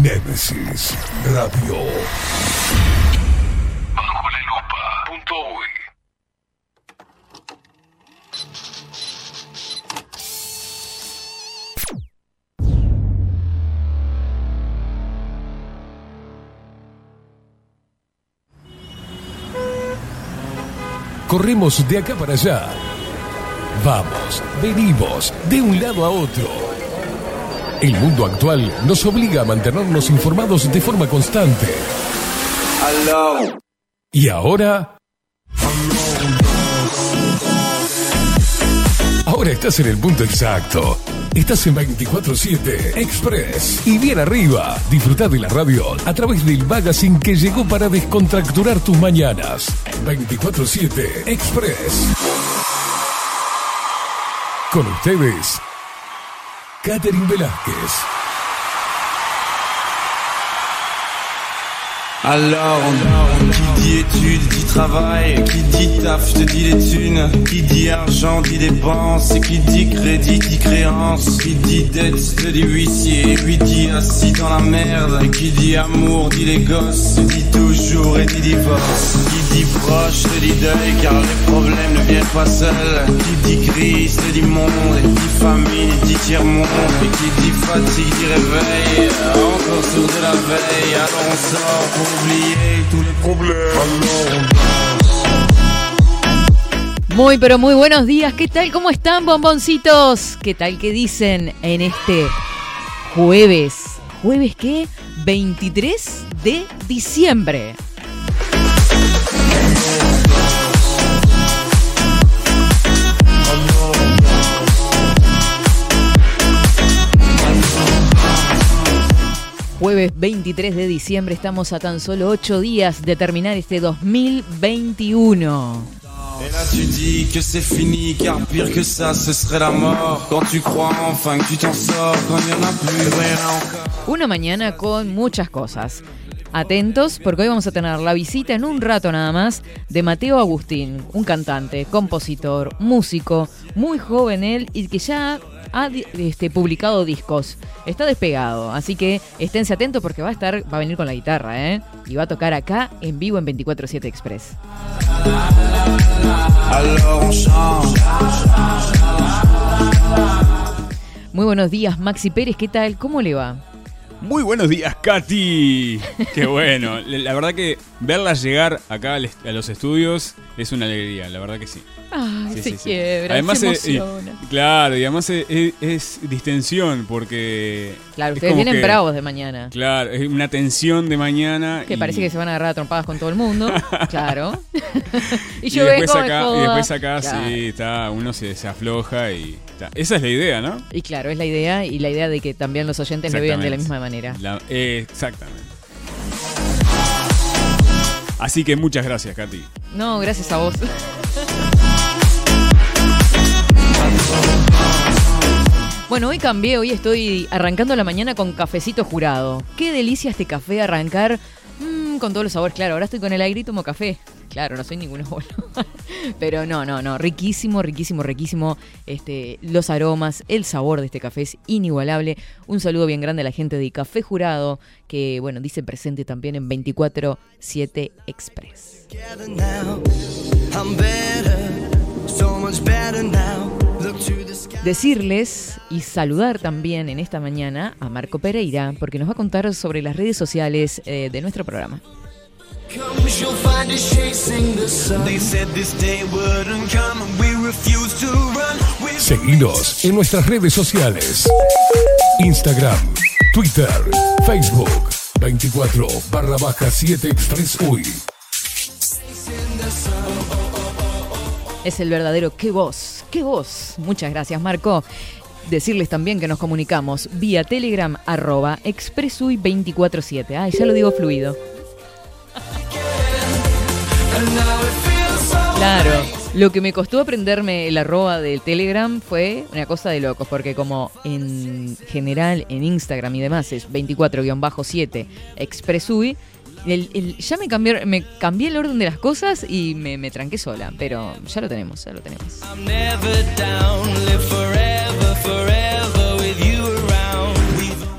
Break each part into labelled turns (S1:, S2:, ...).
S1: Némesis Radio. BajoLaLupa.uy. Corremos de acá para allá. Vamos, venimos, de un lado a otro. El mundo actual nos obliga a mantenernos informados de forma constante. Hello. Y ahora... Ahora estás en el punto exacto. Estás en 24/7 Express. Y bien arriba, disfrutá de la radio a través del magazine que llegó para descontracturar tus mañanas. 24/7 Express. Con ustedes, Catherine Velázquez.
S2: Alors, qui dit études, dit travail, qui dit taf, te dit les thunes, qui dit argent, dit dépenses, qui dit crédit, dit créance, qui dit dette, te dit huissier, qui dit assis dans la merde, qui dit amour, dit les gosses, dit toujours et dit divorce, qui dit proche, te dit deuil, car les problèmes ne viennent pas seuls, qui dit crise, te dit monde, dit famille, dit tiers-monde, et qui dit fatigue, dit réveil, encore sourd de la veille, alors on sort pour oublier tous les problèmes.
S3: Muy pero muy buenos días, ¿qué tal? ¿Cómo están, bomboncitos? ¿Qué tal? ¿Qué dicen en este jueves? ¿Jueves qué? 23 de diciembre. Jueves 23 de diciembre, estamos a tan solo 8 días de terminar este 2021.
S2: Et là tu dis que c'est fini, car pire que ça, ce serait la mort. Quand tu crois enfin que tu t'en sors, quand il y en a plus rien encore.
S3: Una mañana con muchas cosas. Atentos, porque hoy vamos a tener la visita en un rato nada más de Mateo Agustín, un cantante, compositor, músico, muy joven él y que ya ha publicado discos. Está despegado, así que esténse atentos porque va a venir con la guitarra, y va a tocar acá en vivo en 24/7 Express. Muy buenos días, Maxi Pérez, ¿qué tal? ¿Cómo le va?
S4: Muy buenos días, Katy. Qué bueno. La verdad que verla llegar acá a los estudios es una alegría, la verdad que sí.
S3: Ay, se quiebra,
S4: además
S3: se emociona.
S4: Claro, y además es distensión porque...
S3: Claro, ustedes vienen bravos de mañana.
S4: Claro, es una tensión de mañana.
S3: Que parece que se van a agarrar a trompadas con todo el mundo. Claro.
S4: y después acá sí, uno se afloja y... Esa es la idea, ¿no?
S3: Y claro, es la idea, y la idea de que también los oyentes lo vean de la misma manera.
S4: Exactamente. Así que muchas gracias, Katy.
S3: No, gracias a vos. Bueno, hoy cambié, hoy estoy arrancando la mañana con cafecito jurado. Qué delicia este café, arrancar con todos los sabores. Claro, ahora estoy con el aire y tomo café. Claro, no soy ninguno boludo. Pero no, riquísimo. Los aromas, el sabor de este café es inigualable. Un saludo bien grande a la gente de Café Jurado, que bueno, dice presente también en 24/7 Express. Decirles y saludar también en esta mañana a Marco Pereira, porque nos va a contar sobre las redes sociales de nuestro programa.
S1: Seguinos en nuestras redes sociales: Instagram, Twitter, Facebook, 24/7 Express UI.
S3: Es el verdadero qué voz. Muchas gracias, Marco. Decirles también que nos comunicamos vía Telegram @expressuy247. Ay, ya lo digo fluido. Claro, lo que me costó aprenderme el @ del Telegram fue una cosa de locos, porque como en general en Instagram y demás es 24/7 Expressuy, ya me cambié el orden de las cosas y me tranqué sola, pero ya lo tenemos.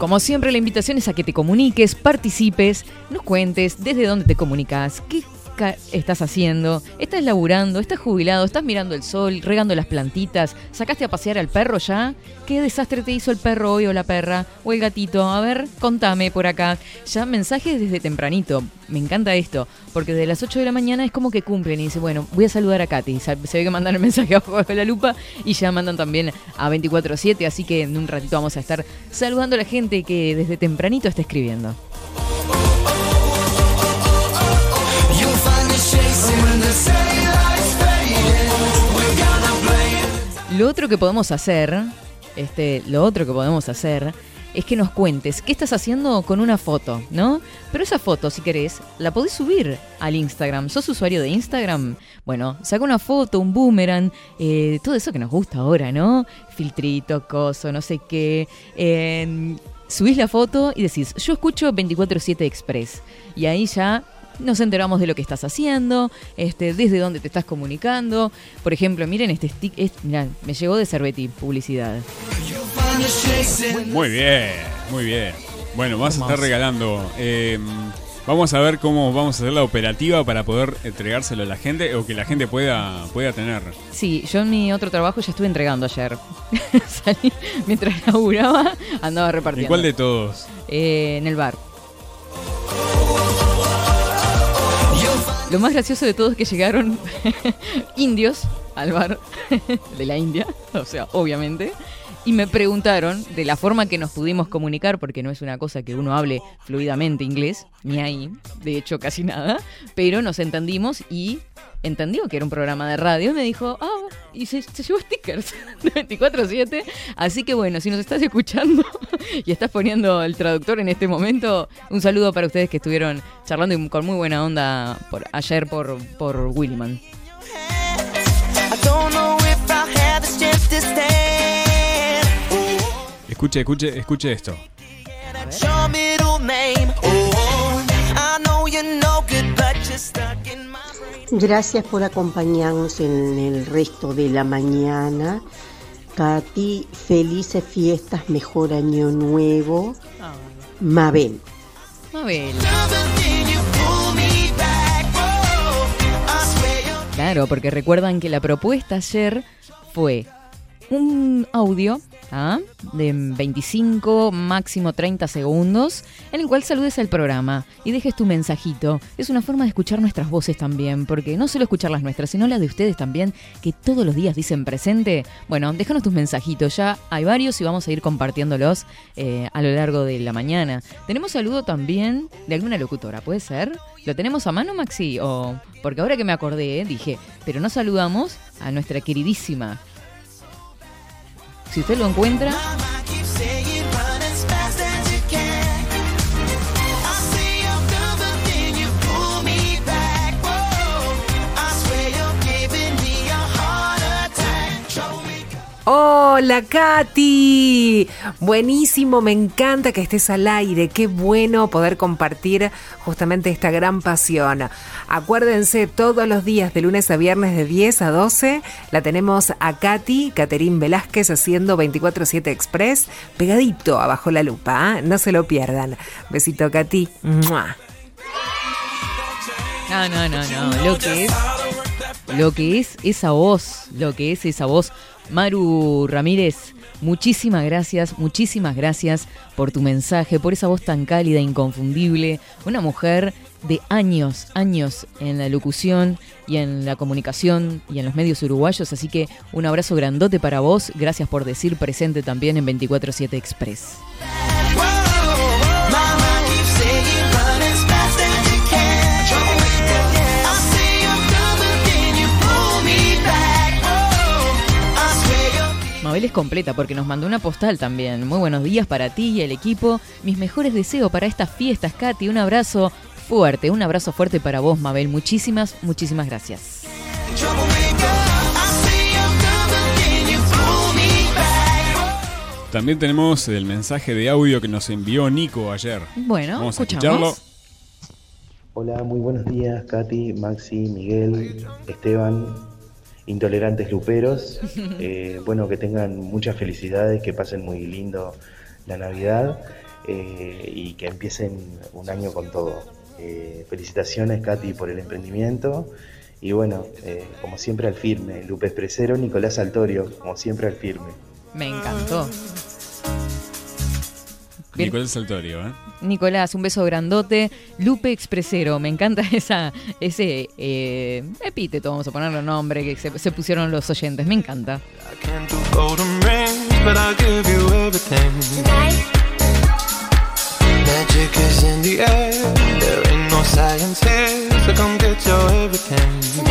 S3: Como siempre, la invitación es a que te comuniques, participes, nos cuentes desde dónde te comunicas, qué estás haciendo, estás laburando, estás jubilado, estás mirando el sol, regando las plantitas, sacaste a pasear al perro ya. ¿Qué desastre te hizo el perro hoy o la perra o el gatito? A ver, contame por acá. Ya mensajes desde tempranito. Me encanta esto, porque de las 8 de la mañana es como que cumplen y dice, bueno, voy a saludar a Katy. Se ve que mandan el mensaje abajo de la lupa y ya mandan también a 24/7, así que en un ratito vamos a estar saludando a la gente que desde tempranito está escribiendo. Lo otro que podemos hacer es que nos cuentes qué estás haciendo con una foto, ¿no? Pero esa foto, si querés, la podés subir al Instagram. ¿Sos usuario de Instagram? Bueno, saca una foto, un boomerang, todo eso que nos gusta ahora, ¿no? Filtrito, coso, no sé qué. Subís la foto y decís, yo escucho 24/7 Express. Y ahí ya nos enteramos de lo que estás haciendo, desde dónde te estás comunicando. Por ejemplo, miren este stick, mirá, me llegó de Cerveti, publicidad.
S4: Muy bien, muy bien. Bueno, vas a estar regalando. Vamos a ver cómo vamos a hacer la operativa para poder entregárselo a la gente o que la gente pueda tener.
S3: Sí, yo en mi otro trabajo ya estuve entregando ayer. Salí, mientras laburaba, andaba repartiendo.
S4: ¿En cuál de todos?
S3: En el bar. Lo más gracioso de todo es que llegaron indios al bar de la India, o sea, obviamente, y me preguntaron de la forma que nos pudimos comunicar, porque no es una cosa que uno hable fluidamente inglés, ni ahí, de hecho casi nada, pero nos entendimos y entendió que era un programa de radio y me dijo, y se llevó stickers de 24/7, así que bueno, si nos estás escuchando y estás poniendo el traductor en este momento, un saludo para ustedes que estuvieron charlando y con muy buena onda ayer por Williman.
S4: Escuche esto.
S5: Gracias por acompañarnos en el resto de la mañana. Katy, felices fiestas, mejor año nuevo. Mabel.
S3: Claro, porque recuerdan que la propuesta ayer fue un audio de 25, máximo 30 segundos, en el cual saludes al programa y dejes tu mensajito. Es una forma de escuchar nuestras voces también, porque no solo escuchar las nuestras, sino las de ustedes también, que todos los días dicen presente. Bueno, déjanos tus mensajitos, ya hay varios y vamos a ir compartiéndolos a lo largo de la mañana. Tenemos saludo también de alguna locutora, ¿puede ser? ¿Lo tenemos a mano, Maxi? Porque ahora que me acordé, dije, pero no saludamos a nuestra queridísima. Si usted lo encuentra...
S6: Hola Katy, buenísimo, me encanta que estés al aire, qué bueno poder compartir justamente esta gran pasión. Acuérdense, todos los días de lunes a viernes de 10 a 12 la tenemos a Katy, Caterín Velázquez haciendo 24/7 Express, pegadito abajo la lupa, no se lo pierdan. Besito Katy. ¡Mua!
S3: No, lo que es esa voz, Maru Ramírez, muchísimas gracias por tu mensaje, por esa voz tan cálida, inconfundible, una mujer de años en la locución y en la comunicación y en los medios uruguayos, así que un abrazo grandote para vos, gracias por decir presente también en 24/7 Express. Mabel es completa porque nos mandó una postal también. Muy buenos días para ti y el equipo. Mis mejores deseos para estas fiestas, Katy. Un abrazo fuerte para vos, Mabel. Muchísimas gracias.
S4: También tenemos el mensaje de audio que nos envió Nico ayer.
S3: Bueno,
S4: vamos a
S3: escuchamos.
S4: escucharlo.
S7: Hola, muy buenos días, Katy, Maxi, Miguel, Esteban, intolerantes luperos. Bueno, que tengan muchas felicidades, que pasen muy lindo la Navidad. y que empiecen un año con todo. Felicitaciones, Katy, por el emprendimiento. Y bueno, como siempre al firme, Lupe Expresero, Nicolás Saltorio, como siempre al firme.
S3: Me encantó. Bien.
S4: Nicolás Saltorio,
S3: Nicolás, un beso grandote. Lupe Expresero, me encanta ese epíteto, vamos a ponerle nombre que se pusieron los oyentes, me encanta.
S2: Magic is in the air, there ain't no science here, so come get your everything.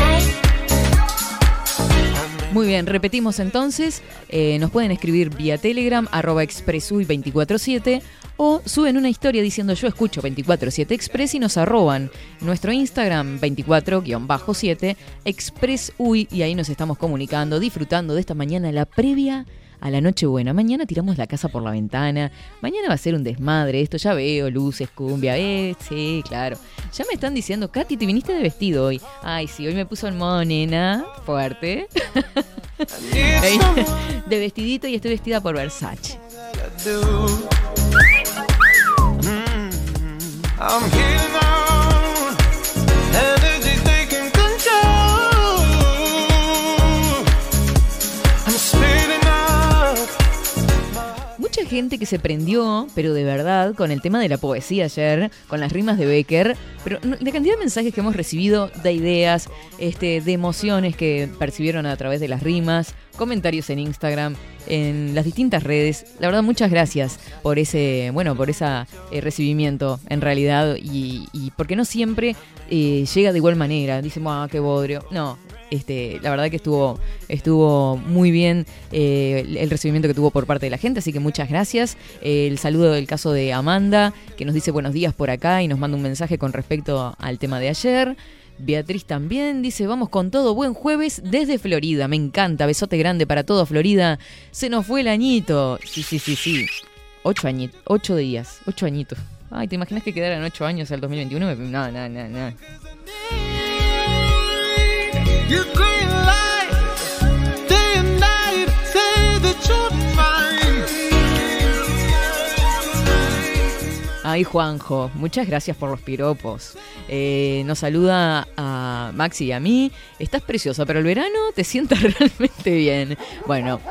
S3: Muy bien, repetimos entonces, nos pueden escribir vía Telegram, @expresuy247, o suben una historia diciendo yo escucho 24/7 Express y nos arroban nuestro Instagram 24-7 Expresuy, y ahí nos estamos comunicando, disfrutando de esta mañana, la previa a la Nochebuena. Mañana tiramos la casa por la ventana. Mañana va a ser un desmadre esto. Ya veo luces, cumbia. Sí, claro. Ya me están diciendo, Katy, te viniste de vestido hoy. Ay, sí, hoy me puso el modo nena. Fuerte. De vestidito y estoy vestida por Versace. Mucha gente que se prendió, pero de verdad, con el tema de la poesía ayer, con las rimas de Becker, pero la cantidad de mensajes que hemos recibido, de ideas, de emociones que percibieron a través de las rimas, comentarios en Instagram, en las distintas redes. La verdad, muchas gracias por ese recibimiento, en realidad, y porque no siempre llega de igual manera. Dicen, qué bodrio. No. La verdad que estuvo muy bien el recibimiento que tuvo por parte de la gente, así que muchas gracias. El saludo del caso de Amanda, que nos dice buenos días por acá y nos manda un mensaje con respecto al tema de ayer. Beatriz también dice, vamos con todo, buen jueves desde Florida, me encanta, besote grande para todo Florida. Se nos fue el añito. Sí. 8 días, 8 añitos. Ay, ¿te imaginas que quedaran 8 años al 2021? No.
S2: You green light, day and night, say that you're mine.
S3: Ay, Juanjo, muchas gracias por los piropos. Nos saluda a Maxi y a mí. Estás preciosa, pero el verano te sienta realmente bien. Bueno.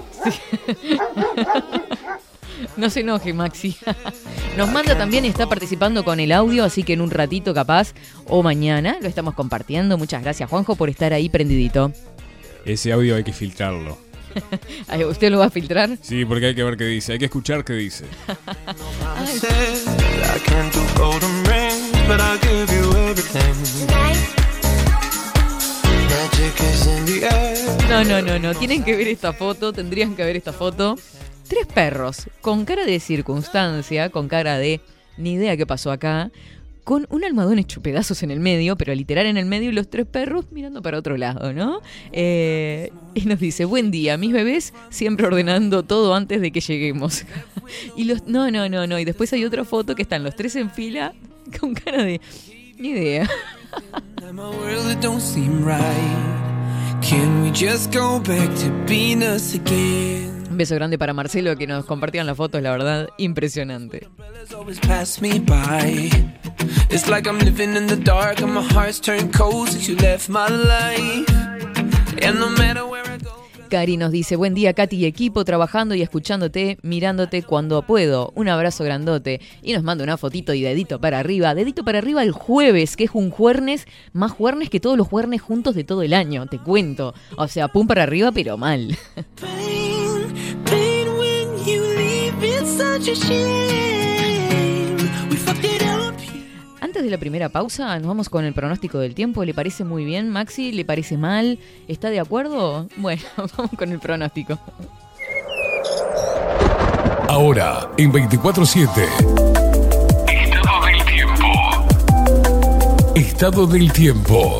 S3: No se enoje, Maxi. Nos manda también y está participando con el audio, así que en un ratito capaz o mañana lo estamos compartiendo. Muchas gracias, Juanjo, por estar ahí prendidito.
S4: Ese audio hay que filtrarlo.
S3: ¿Usted lo va a filtrar?
S4: Sí, porque hay que ver qué dice, hay que escuchar qué dice.
S3: No. Tienen que ver esta foto, tendrían que ver esta foto. 3 perros con cara de circunstancia, con cara de ni idea qué pasó acá, con un almohadón hecho pedazos en el medio, pero literal en el medio, y los 3 perros mirando para otro lado, ¿no? Y nos dice, buen día, mis bebés siempre ordenando todo antes de que lleguemos. Y no, y después hay otra foto que están los 3 en fila con cara de ni idea. Un beso grande para Marcelo, que nos compartieron las fotos, la verdad, impresionante. Cari nos dice, buen día Katy y equipo, trabajando y escuchándote, mirándote cuando puedo. Un abrazo grandote. Y nos manda una fotito y dedito para arriba el jueves, que es un jueves, más jueves que todos los jueves juntos de todo el año, te cuento. O sea, pum para arriba, pero mal. Antes de la primera pausa, nos vamos con el pronóstico del tiempo. ¿Le parece muy bien, Maxi? ¿Le parece mal? ¿Está de acuerdo? Bueno, vamos con el pronóstico.
S1: Ahora, en 24/7. Estado del tiempo. Estado del tiempo.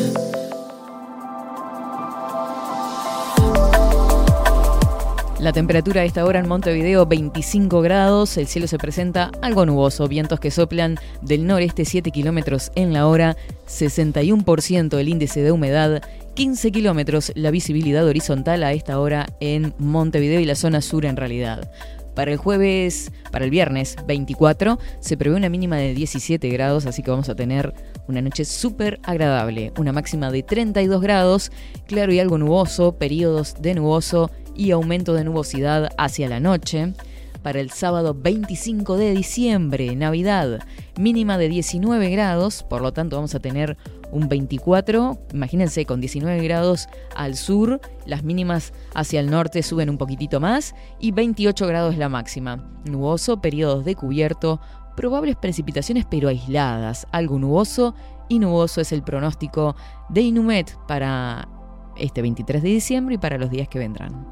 S3: La temperatura a esta hora en Montevideo, 25 grados. El cielo se presenta algo nuboso. Vientos que soplan del noreste, 7 kilómetros en la hora. 61% el índice de humedad. 15 kilómetros la visibilidad horizontal a esta hora en Montevideo y la zona sur en realidad. Para el viernes 24, se prevé una mínima de 17 grados, así que vamos a tener una noche súper agradable. Una máxima de 32 grados, claro y algo nuboso, periodos de nuboso y aumento de nubosidad hacia la noche. Para el sábado 25 de diciembre, Navidad, mínima de 19 grados, por lo tanto vamos a tener un 24, imagínense, con 19 grados al sur, las mínimas hacia el norte suben un poquitito más y 28 grados la máxima. Nuboso, periodos de cubierto, probables precipitaciones pero aisladas, algo nuboso y nuboso es el pronóstico de Inumet para este 23 de diciembre y para los días que vendrán.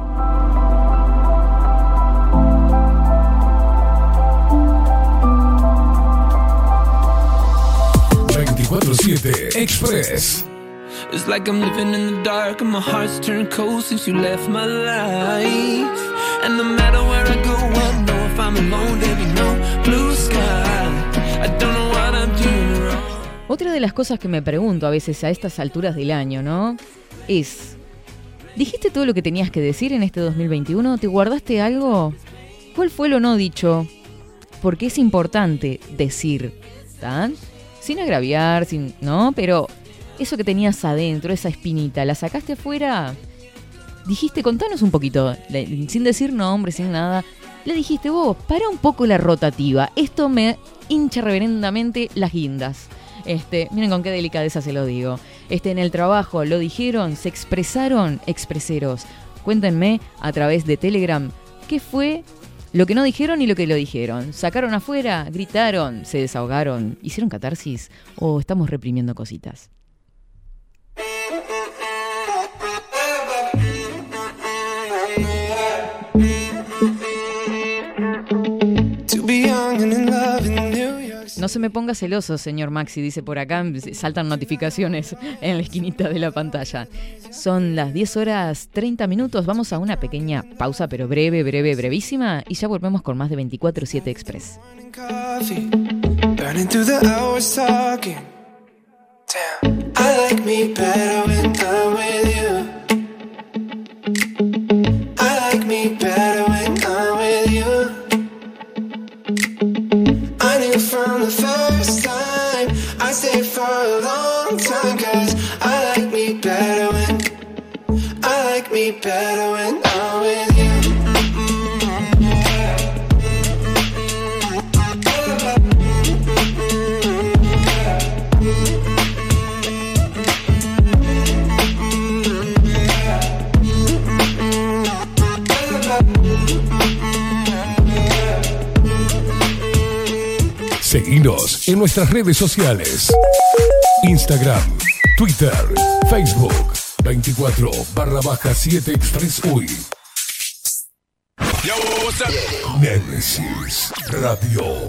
S1: 24/7 Express.
S2: It's like I'm living in the dark and my heart's turned cold since you left my life. And no matter where I go, I know if I'm alone, there'll be no blue sky. I don't know what I'm doing wrong.
S3: Otra de las cosas que me pregunto a veces a estas alturas del año, ¿no? Es, ¿dijiste todo lo que tenías que decir en este 2021? ¿Te guardaste algo? ¿Cuál fue lo no dicho? Porque es importante decir, ¿tan? Sin agraviar, ¿no? Pero eso que tenías adentro, esa espinita, ¿la sacaste afuera? Dijiste, contanos un poquito, sin decir nombre, sin nada. Le dijiste, vos, para un poco la rotativa. Esto me hincha reverendamente las guindas. Miren con qué delicadeza se lo digo. En el trabajo, ¿lo dijeron? ¿Se expresaron? Expreseros. Cuéntenme a través de Telegram qué fue lo que no dijeron y lo que lo dijeron. ¿Sacaron afuera? ¿Gritaron? ¿Se desahogaron? ¿Hicieron catarsis? ¿O estamos reprimiendo cositas? No se me ponga celoso, señor Maxi, dice por acá, saltan notificaciones en la esquinita de la pantalla. Son las 10:30, vamos a una pequeña pausa, pero brevísima, y ya volvemos con más de 24/7 Express.
S8: From the first time, I stayed for a long time, 'cause I like me better when I'm with you.
S1: Seguinos en nuestras redes sociales. Instagram, Twitter, Facebook, 24/7 Express UI. Nemesis Radio.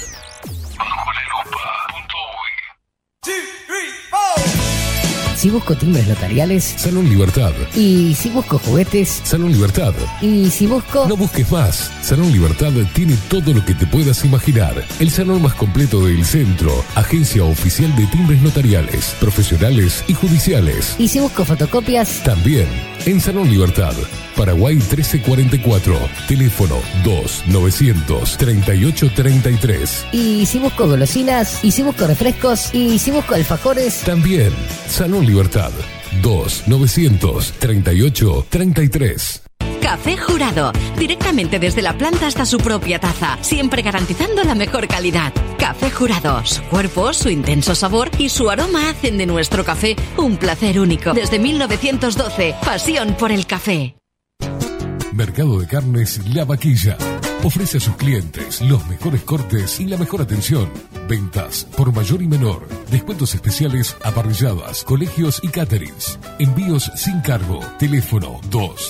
S9: Si busco timbres notariales,
S1: Salón Libertad.
S9: Y si busco juguetes,
S1: Salón Libertad.
S9: Y si busco...
S1: No busques más. Salón Libertad tiene todo lo que te puedas imaginar. El salón más completo del centro. Agencia oficial de timbres notariales, profesionales y judiciales.
S9: Y si busco fotocopias,
S1: también en Salón Libertad. Paraguay 1344. Teléfono 2900-3833.
S9: Y si busco golosinas, y si busco refrescos, y si busco alfajores,
S1: también Salón Libertad 2900-3833.
S10: Café Jurado, directamente desde la planta hasta su propia taza, siempre garantizando la mejor calidad. Café Jurado, su cuerpo, su intenso sabor y su aroma hacen de nuestro café un placer único. Desde 1912, pasión por el café.
S1: Mercado de Carnes La Vaquilla. Ofrece a sus clientes los mejores cortes y la mejor atención. Ventas por mayor y menor. Descuentos especiales a parrilladas, colegios y caterings. Envíos sin cargo. Teléfono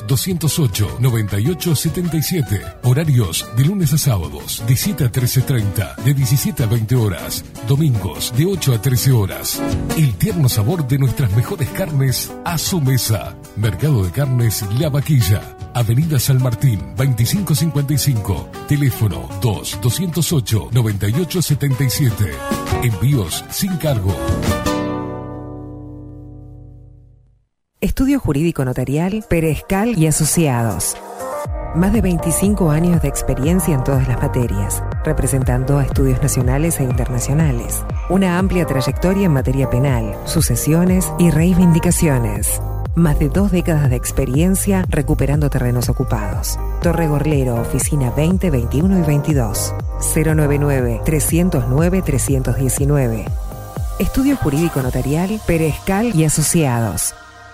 S1: 2-208-9877. Horarios de lunes a sábados de 7 a 13:30, de 17 a 20 horas. Domingos de 8 a 13 horas. El tierno sabor de nuestras mejores carnes a su mesa. Mercado de Carnes La Vaquilla. Avenida San Martín, 2555. Teléfono 2-208-9877. Envíos sin cargo.
S6: Estudio Jurídico Notarial, Perezcal y Asociados. Más de 25 años de experiencia en todas las materias, representando a estudios nacionales e internacionales. Una amplia trayectoria en materia penal, sucesiones y reivindicaciones. Más de 2 décadas de experiencia recuperando terrenos ocupados. Torre Gorlero, oficina 20, 21 y 22. 099-309-319. Estudio Jurídico Notarial, Perezcal y Asociados.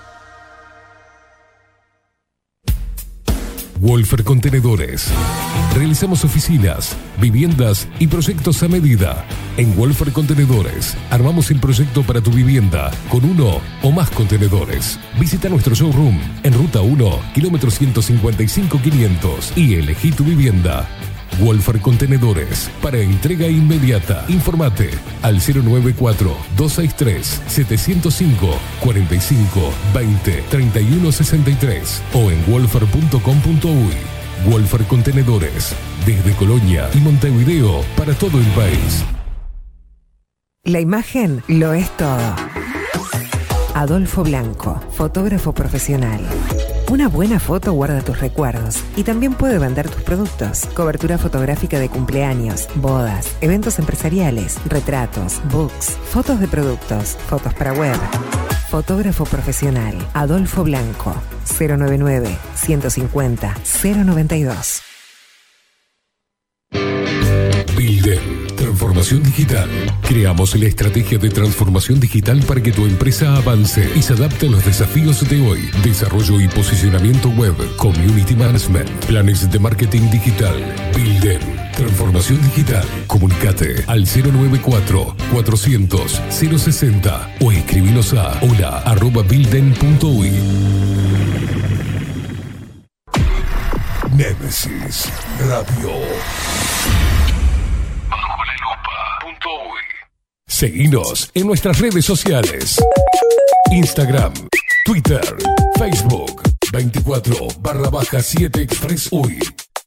S1: Wolfer Contenedores. Realizamos oficinas, viviendas y proyectos a medida. En Wolfer Contenedores armamos el proyecto para tu vivienda con 1 o más contenedores. Visita nuestro showroom en Ruta 1, kilómetro 155-500 y elegí tu vivienda. Wolfer Contenedores, para entrega inmediata. Informate al 094-263-705-45-20-3163 o en wolfer.com.uy. Wolfer Contenedores, desde Colonia y Montevideo para todo el país.
S6: La imagen lo es todo. Adolfo Blanco, fotógrafo profesional. Una buena foto guarda tus recuerdos y también puede vender tus productos. Cobertura fotográfica de cumpleaños, bodas, eventos empresariales, retratos, books, fotos de productos, fotos para web. Fotógrafo profesional, Adolfo Blanco, 099-150-092.
S1: Bilden. Transformación digital. Creamos la estrategia de transformación digital para que tu empresa avance y se adapte a los desafíos de hoy. Desarrollo y posicionamiento web, community management, planes de marketing digital. Bilden. Transformación digital. Comunicate al 094-400-060 o escribinos a hola@bilden.uy. Nemesis Radio. Seguinos en nuestras redes sociales. Instagram, Twitter, Facebook, 24/7 Express UI.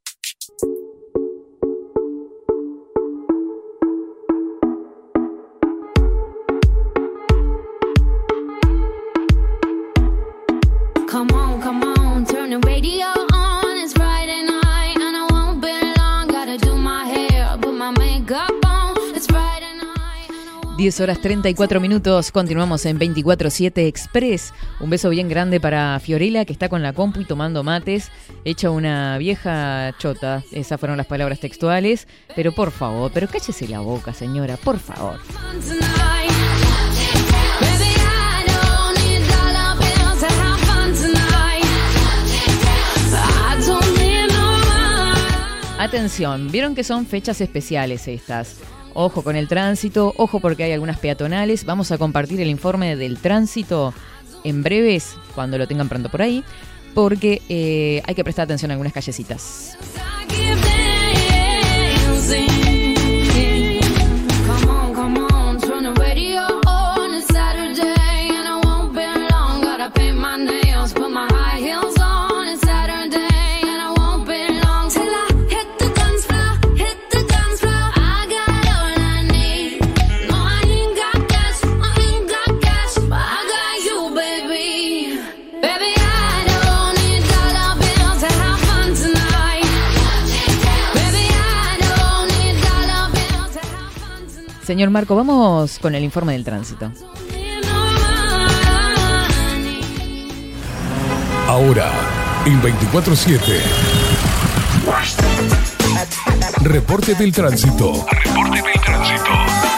S11: Come on, turn the radio on. It's Friday night and I won't be long. Gotta do my hair, put my makeup on. It's Friday night.
S3: 10 horas 34 minutos, continuamos en 24/7 Express. Un beso bien grande para Fiorella, que está con la compu y tomando mates, hecha una vieja chota. Esas fueron las palabras textuales. Pero por favor, pero cállese la boca, señora, por favor. Atención, vieron que son fechas especiales estas. Ojo con el tránsito, ojo porque hay algunas peatonales. Vamos a compartir el informe del tránsito en breves, cuando lo tengan pronto por ahí, porque hay que prestar atención a algunas callecitas. Señor Marco, vamos con el informe del tránsito.
S1: Ahora, en 24/7. Reporte del tránsito. Reporte del tránsito.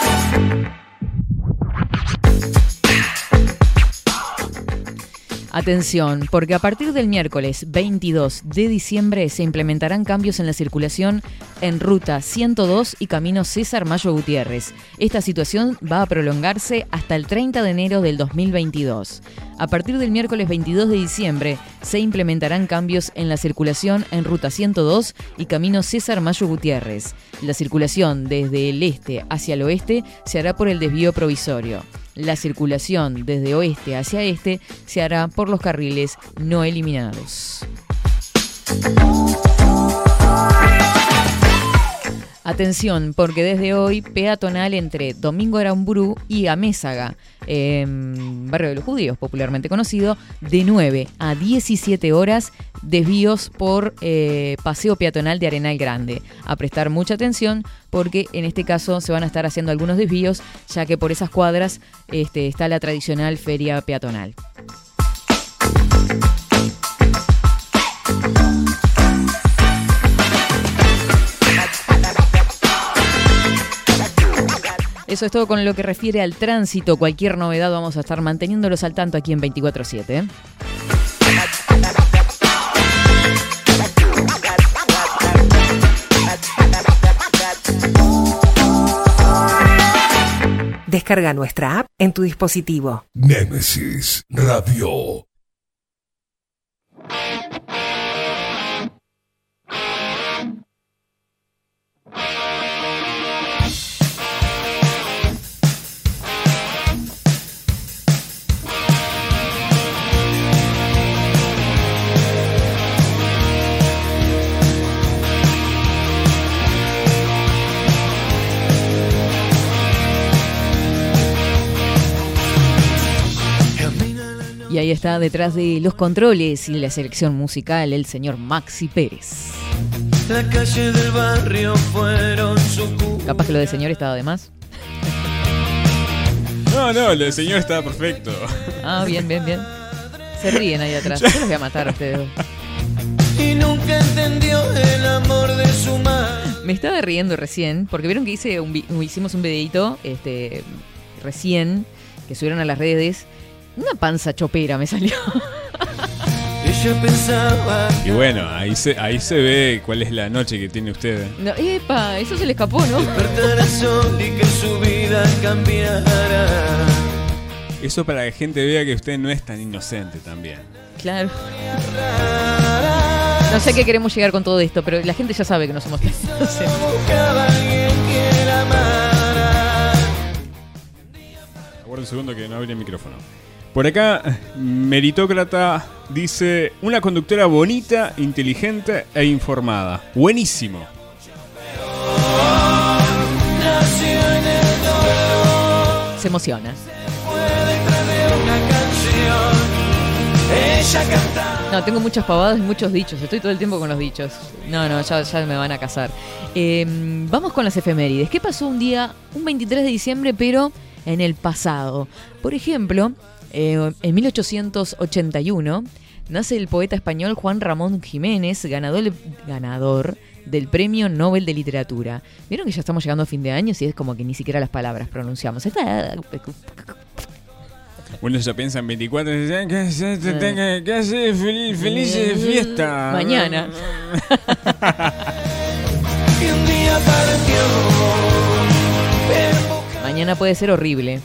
S3: Atención, porque a partir del miércoles 22 de diciembre se implementarán cambios en la circulación en Ruta 102 y Camino César Mayo Gutiérrez. Esta situación va a prolongarse hasta el 30 de enero del 2022. A partir del miércoles 22 de diciembre se implementarán cambios en la circulación en Ruta 102 y Camino César Mayo Gutiérrez. La circulación desde el este hacia el oeste se hará por el desvío provisorio. La circulación desde oeste hacia este se hará por los carriles no eliminados. Atención, porque desde hoy peatonal entre Domingo Aramburú y Amézaga, barrio de los judíos popularmente conocido, de 9 a 17 horas, desvíos por paseo peatonal de Arenal Grande. A prestar mucha atención porque en este caso se van a estar haciendo algunos desvíos, ya que por esas cuadras está la tradicional feria peatonal. Eso es todo con lo que refiere al tránsito. Cualquier novedad vamos a estar manteniéndolos al tanto aquí en 24/7.
S6: Descarga nuestra app en tu dispositivo.
S1: Némesis Radio. Y ahí está detrás de los controles y la selección musical el señor Maxi Pérez.
S8: La calle del barrio fueron su cuba.
S3: Capaz que lo de señor estaba de más.
S4: No, lo del señor estaba perfecto.
S3: Ah, bien. Se ríen ahí atrás. Yo los voy a matar a ustedes.
S8: Y nunca entendió el amor de su madre.
S3: Me estaba riendo recién, porque vieron que hicimos un videito recién, que subieron a las redes. Una panza chopera me salió.
S8: Ella pensaba.
S4: Y bueno, ahí se ve cuál es la noche que tiene usted.
S3: No, epa, eso se le escapó, ¿no?
S8: Despertar el sol y que su vida cambiará.
S4: Eso para que la gente vea que usted no es tan inocente también.
S3: Claro. No sé a qué queremos llegar con todo esto, pero la gente ya sabe que no somos tan inocentes.
S4: Aguarda un segundo que no abre el micrófono. Por acá, Meritócrata dice: una conductora bonita, inteligente e informada. Buenísimo.
S3: Se emociona. No, tengo muchas pavadas y muchos dichos. Estoy todo el tiempo con los dichos. No, ya me van a casar. Vamos con las efemérides. ¿Qué pasó un 23 de diciembre, pero en el pasado? Por ejemplo, en 1881 nace el poeta español Juan Ramón Jiménez, ganador del Premio Nobel de Literatura. ¿Vieron que ya estamos llegando a fin de año y es como que ni siquiera las palabras pronunciamos?
S4: Uno ya piensa en 24 y dice: ¿qué hace? Feliz fiesta.
S3: Mañana. Mañana puede ser horrible.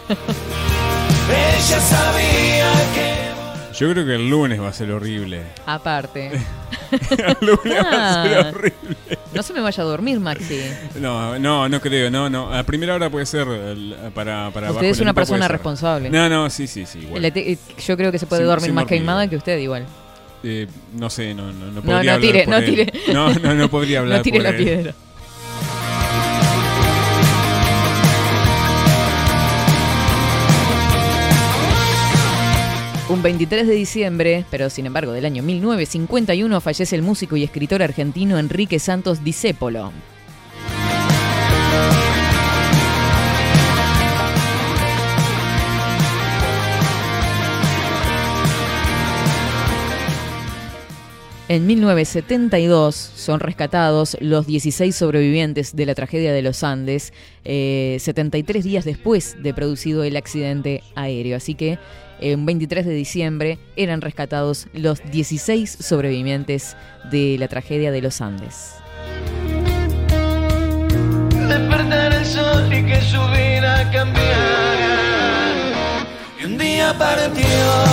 S8: Ella sabía que.
S4: Yo creo que el lunes va a ser horrible.
S3: Aparte.
S4: El lunes va a ser horrible.
S3: No se me vaya a dormir, Maxi.
S4: No creo, no. A primera hora puede ser para
S3: usted es una persona responsable.
S4: No, sí, igual.
S3: Yo creo que se puede dormir más queimada que usted igual.
S4: No sé, no podría hablar.
S3: No tire.
S4: No podría hablar.
S3: No tire la piedra. Un 23 de diciembre, pero sin embargo del año 1951, fallece el músico y escritor argentino Enrique Santos Discépolo. En 1972 son rescatados los 16 sobrevivientes de la tragedia de los Andes, 73 días después de producido el accidente aéreo. Así que un 23 de diciembre eran rescatados los 16 sobrevivientes de la tragedia de los Andes.
S8: Despertar el sol y que su vida cambiara. Y un día partió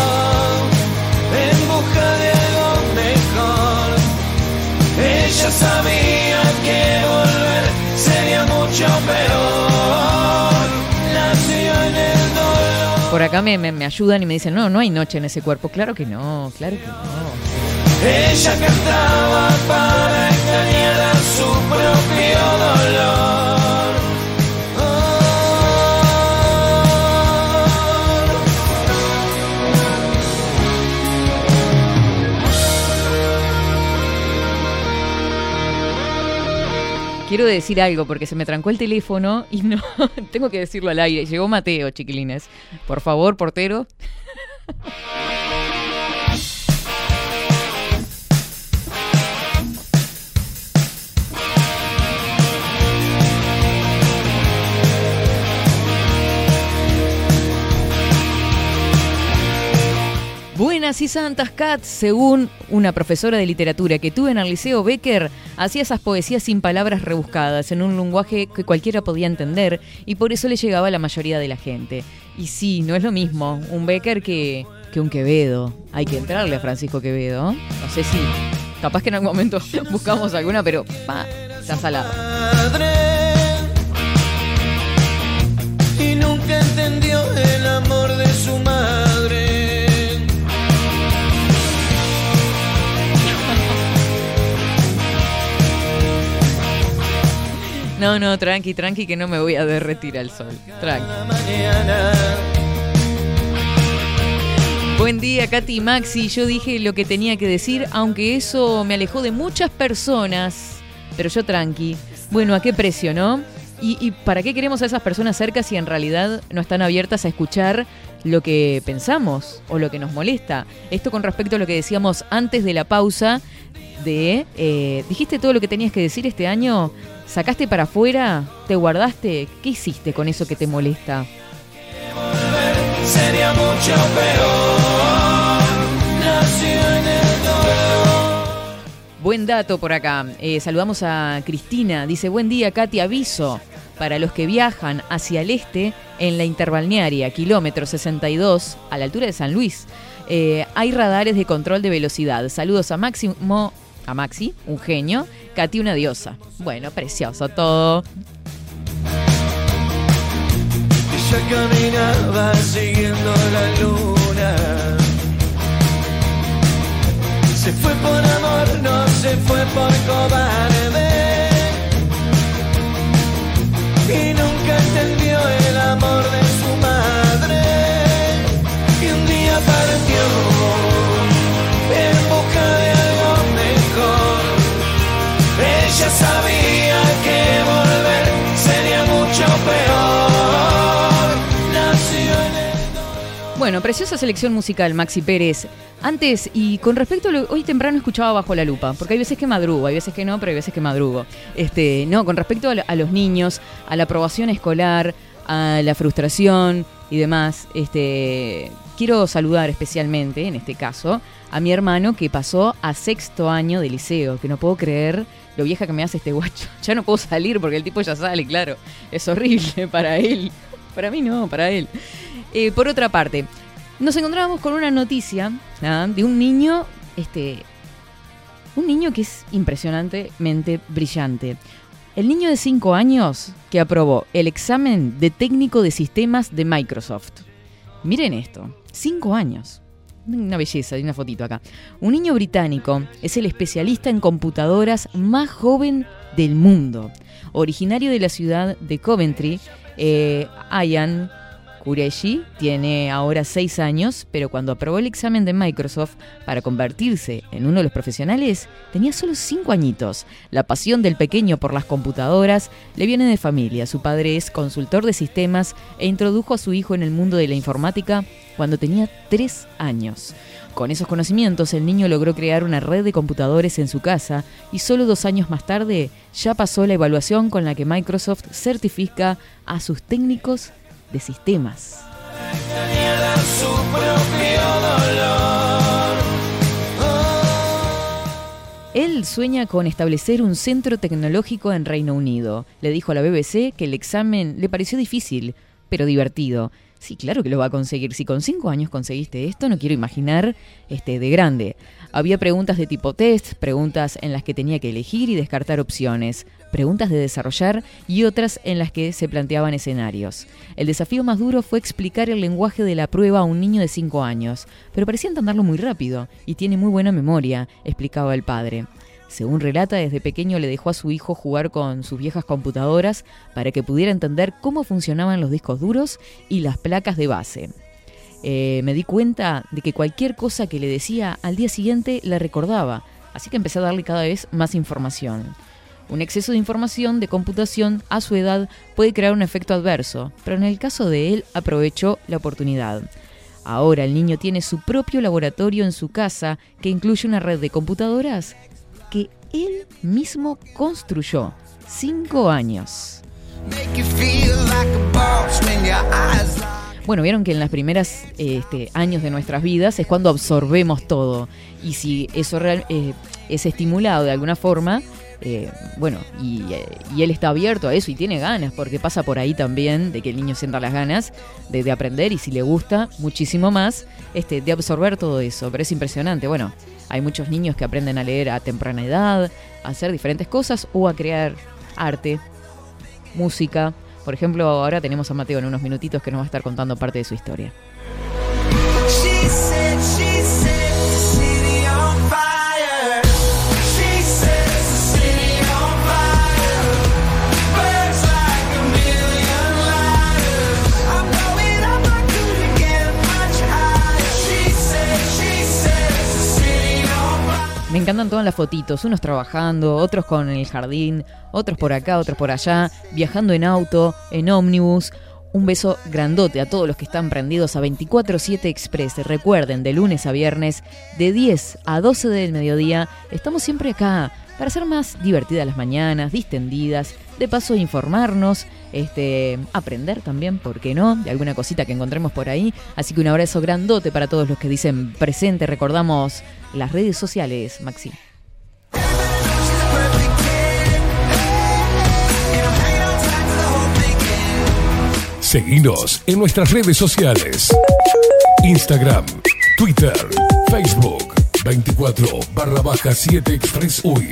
S8: en busca de algo mejor. Ella sabía que volver sería mucho peor. Nació en el dolor.
S3: Por acá me ayudan y me dicen, no hay noche en ese cuerpo. Claro que no.
S8: Ella cantaba para
S2: extrañará su propio dolor.
S3: Quiero decir algo porque se me trancó el teléfono y no, tengo que decirlo al aire. Llegó Mateo, chiquilines. Por favor, portero. Buenas y santas, Kat. Según una profesora de literatura que tuve en el Liceo Becker, hacía esas poesías sin palabras rebuscadas, en un lenguaje que cualquiera podía entender, y por eso le llegaba a la mayoría de la gente. Y sí, no es lo mismo un Becker que un Quevedo. Hay que entrarle a Francisco Quevedo. No sé si, capaz que en algún momento buscamos alguna, pero está salado.
S2: Y nunca entendió el amor de su madre.
S3: No, tranqui, que no me voy a derretir al sol. Tranqui. Buen día, Katy y Maxi. Yo dije lo que tenía que decir, aunque eso me alejó de muchas personas. Pero yo tranqui. Bueno, ¿a qué precio, no? ¿Y para qué queremos a esas personas cerca si en realidad no están abiertas a escuchar lo que pensamos o lo que nos molesta? Esto con respecto a lo que decíamos antes de la pausa dijiste todo lo que tenías que decir este año, sacaste para afuera, te guardaste, ¿qué hiciste con eso que te molesta?
S2: Sería mucho peor. Nació en el dolor.
S3: Buen dato por acá. Saludamos a Cristina. Dice, buen día, Katy. Aviso para los que viajan hacia el este en la interbalnearia, kilómetro 62, a la altura de San Luis. Hay radares de control de velocidad. Saludos a Maxi, un genio. Katy, una diosa. Bueno, precioso todo.
S2: Ella caminaba siguiendo la luna. Se fue por amor, no se fue por cobarde. Y nunca entendió el amor de su madre. Y un día partió en busca de algo mejor. Ella sabía que volver sería mucho peor. Nació en el dolor.
S3: Bueno, preciosa selección musical, Maxi Pérez. Antes, y con respecto a hoy temprano escuchaba Bajo la Lupa, porque hay veces que madrugo, hay veces que no, pero hay veces que madrugo. No, con respecto a los niños, a la aprobación escolar, a la frustración y demás, quiero saludar especialmente, en este caso, a mi hermano que pasó a 6º año de liceo, que no puedo creer lo vieja que me hace este guacho. Ya no puedo salir porque el tipo ya sale, claro. Es horrible para él. Para mí no, para él. Por otra parte, nos encontrábamos con una noticia de un niño, un niño que es impresionantemente brillante. El niño de 5 años que aprobó el examen de técnico de sistemas de Microsoft. Miren esto, 5 años. Una belleza, hay una fotito acá. Un niño británico es el especialista en computadoras más joven del mundo. Originario de la ciudad de Coventry, Ian Qureshi tiene ahora 6 años, pero cuando aprobó el examen de Microsoft para convertirse en uno de los profesionales, tenía solo 5 añitos. La pasión del pequeño por las computadoras le viene de familia. Su padre es consultor de sistemas e introdujo a su hijo en el mundo de la informática cuando tenía 3 años. Con esos conocimientos, el niño logró crear una red de computadores en su casa y solo 2 años más tarde ya pasó la evaluación con la que Microsoft certifica a sus técnicos de sistemas. Él sueña con establecer un centro tecnológico en Reino Unido. Le dijo a la BBC que el examen le pareció difícil, pero divertido. Sí, claro que lo va a conseguir. Si con 5 años conseguiste esto, no quiero imaginar de grande. Había preguntas de tipo test, preguntas en las que tenía que elegir y descartar opciones, preguntas de desarrollar y otras en las que se planteaban escenarios. El desafío más duro fue explicar el lenguaje de la prueba a un niño de 5 años, pero parecía entenderlo muy rápido y tiene muy buena memoria, explicaba el padre. Según relata, desde pequeño le dejó a su hijo jugar con sus viejas computadoras para que pudiera entender cómo funcionaban los discos duros y las placas de base. Me di cuenta de que cualquier cosa que le decía al día siguiente la recordaba, así que empecé a darle cada vez más información. Un exceso de información de computación a su edad puede crear un efecto adverso, pero en el caso de él aprovechó la oportunidad. Ahora el niño tiene su propio laboratorio en su casa que incluye una red de computadoras que él mismo construyó. 5 años. Bueno, vieron que en las primeras años de nuestras vidas es cuando absorbemos todo. Y si eso es estimulado de alguna forma, y él está abierto a eso y tiene ganas, porque pasa por ahí también de que el niño sienta las ganas de aprender, y si le gusta muchísimo más, de absorber todo eso. Pero es impresionante. Bueno, hay muchos niños que aprenden a leer a temprana edad, a hacer diferentes cosas o a crear arte, música. Por ejemplo, ahora tenemos a Mateo en unos minutitos que nos va a estar contando parte de su historia. Me encantan todas las fotitos, unos trabajando, otros con el jardín, otros por acá, otros por allá, viajando en auto, en ómnibus. Un beso grandote a todos los que están prendidos a 24/7 Express. Recuerden, de lunes a viernes, de 10 a 12 del mediodía, estamos siempre acá para hacer más divertidas las mañanas, distendidas, de paso informarnos, aprender también, ¿por qué no?, de alguna cosita que encontremos por ahí. Así que un abrazo grandote para todos los que dicen presente. Recordamos las redes sociales, Maxi.
S1: Seguinos en nuestras redes sociales. Instagram, Twitter, Facebook, 24/7 Express UI.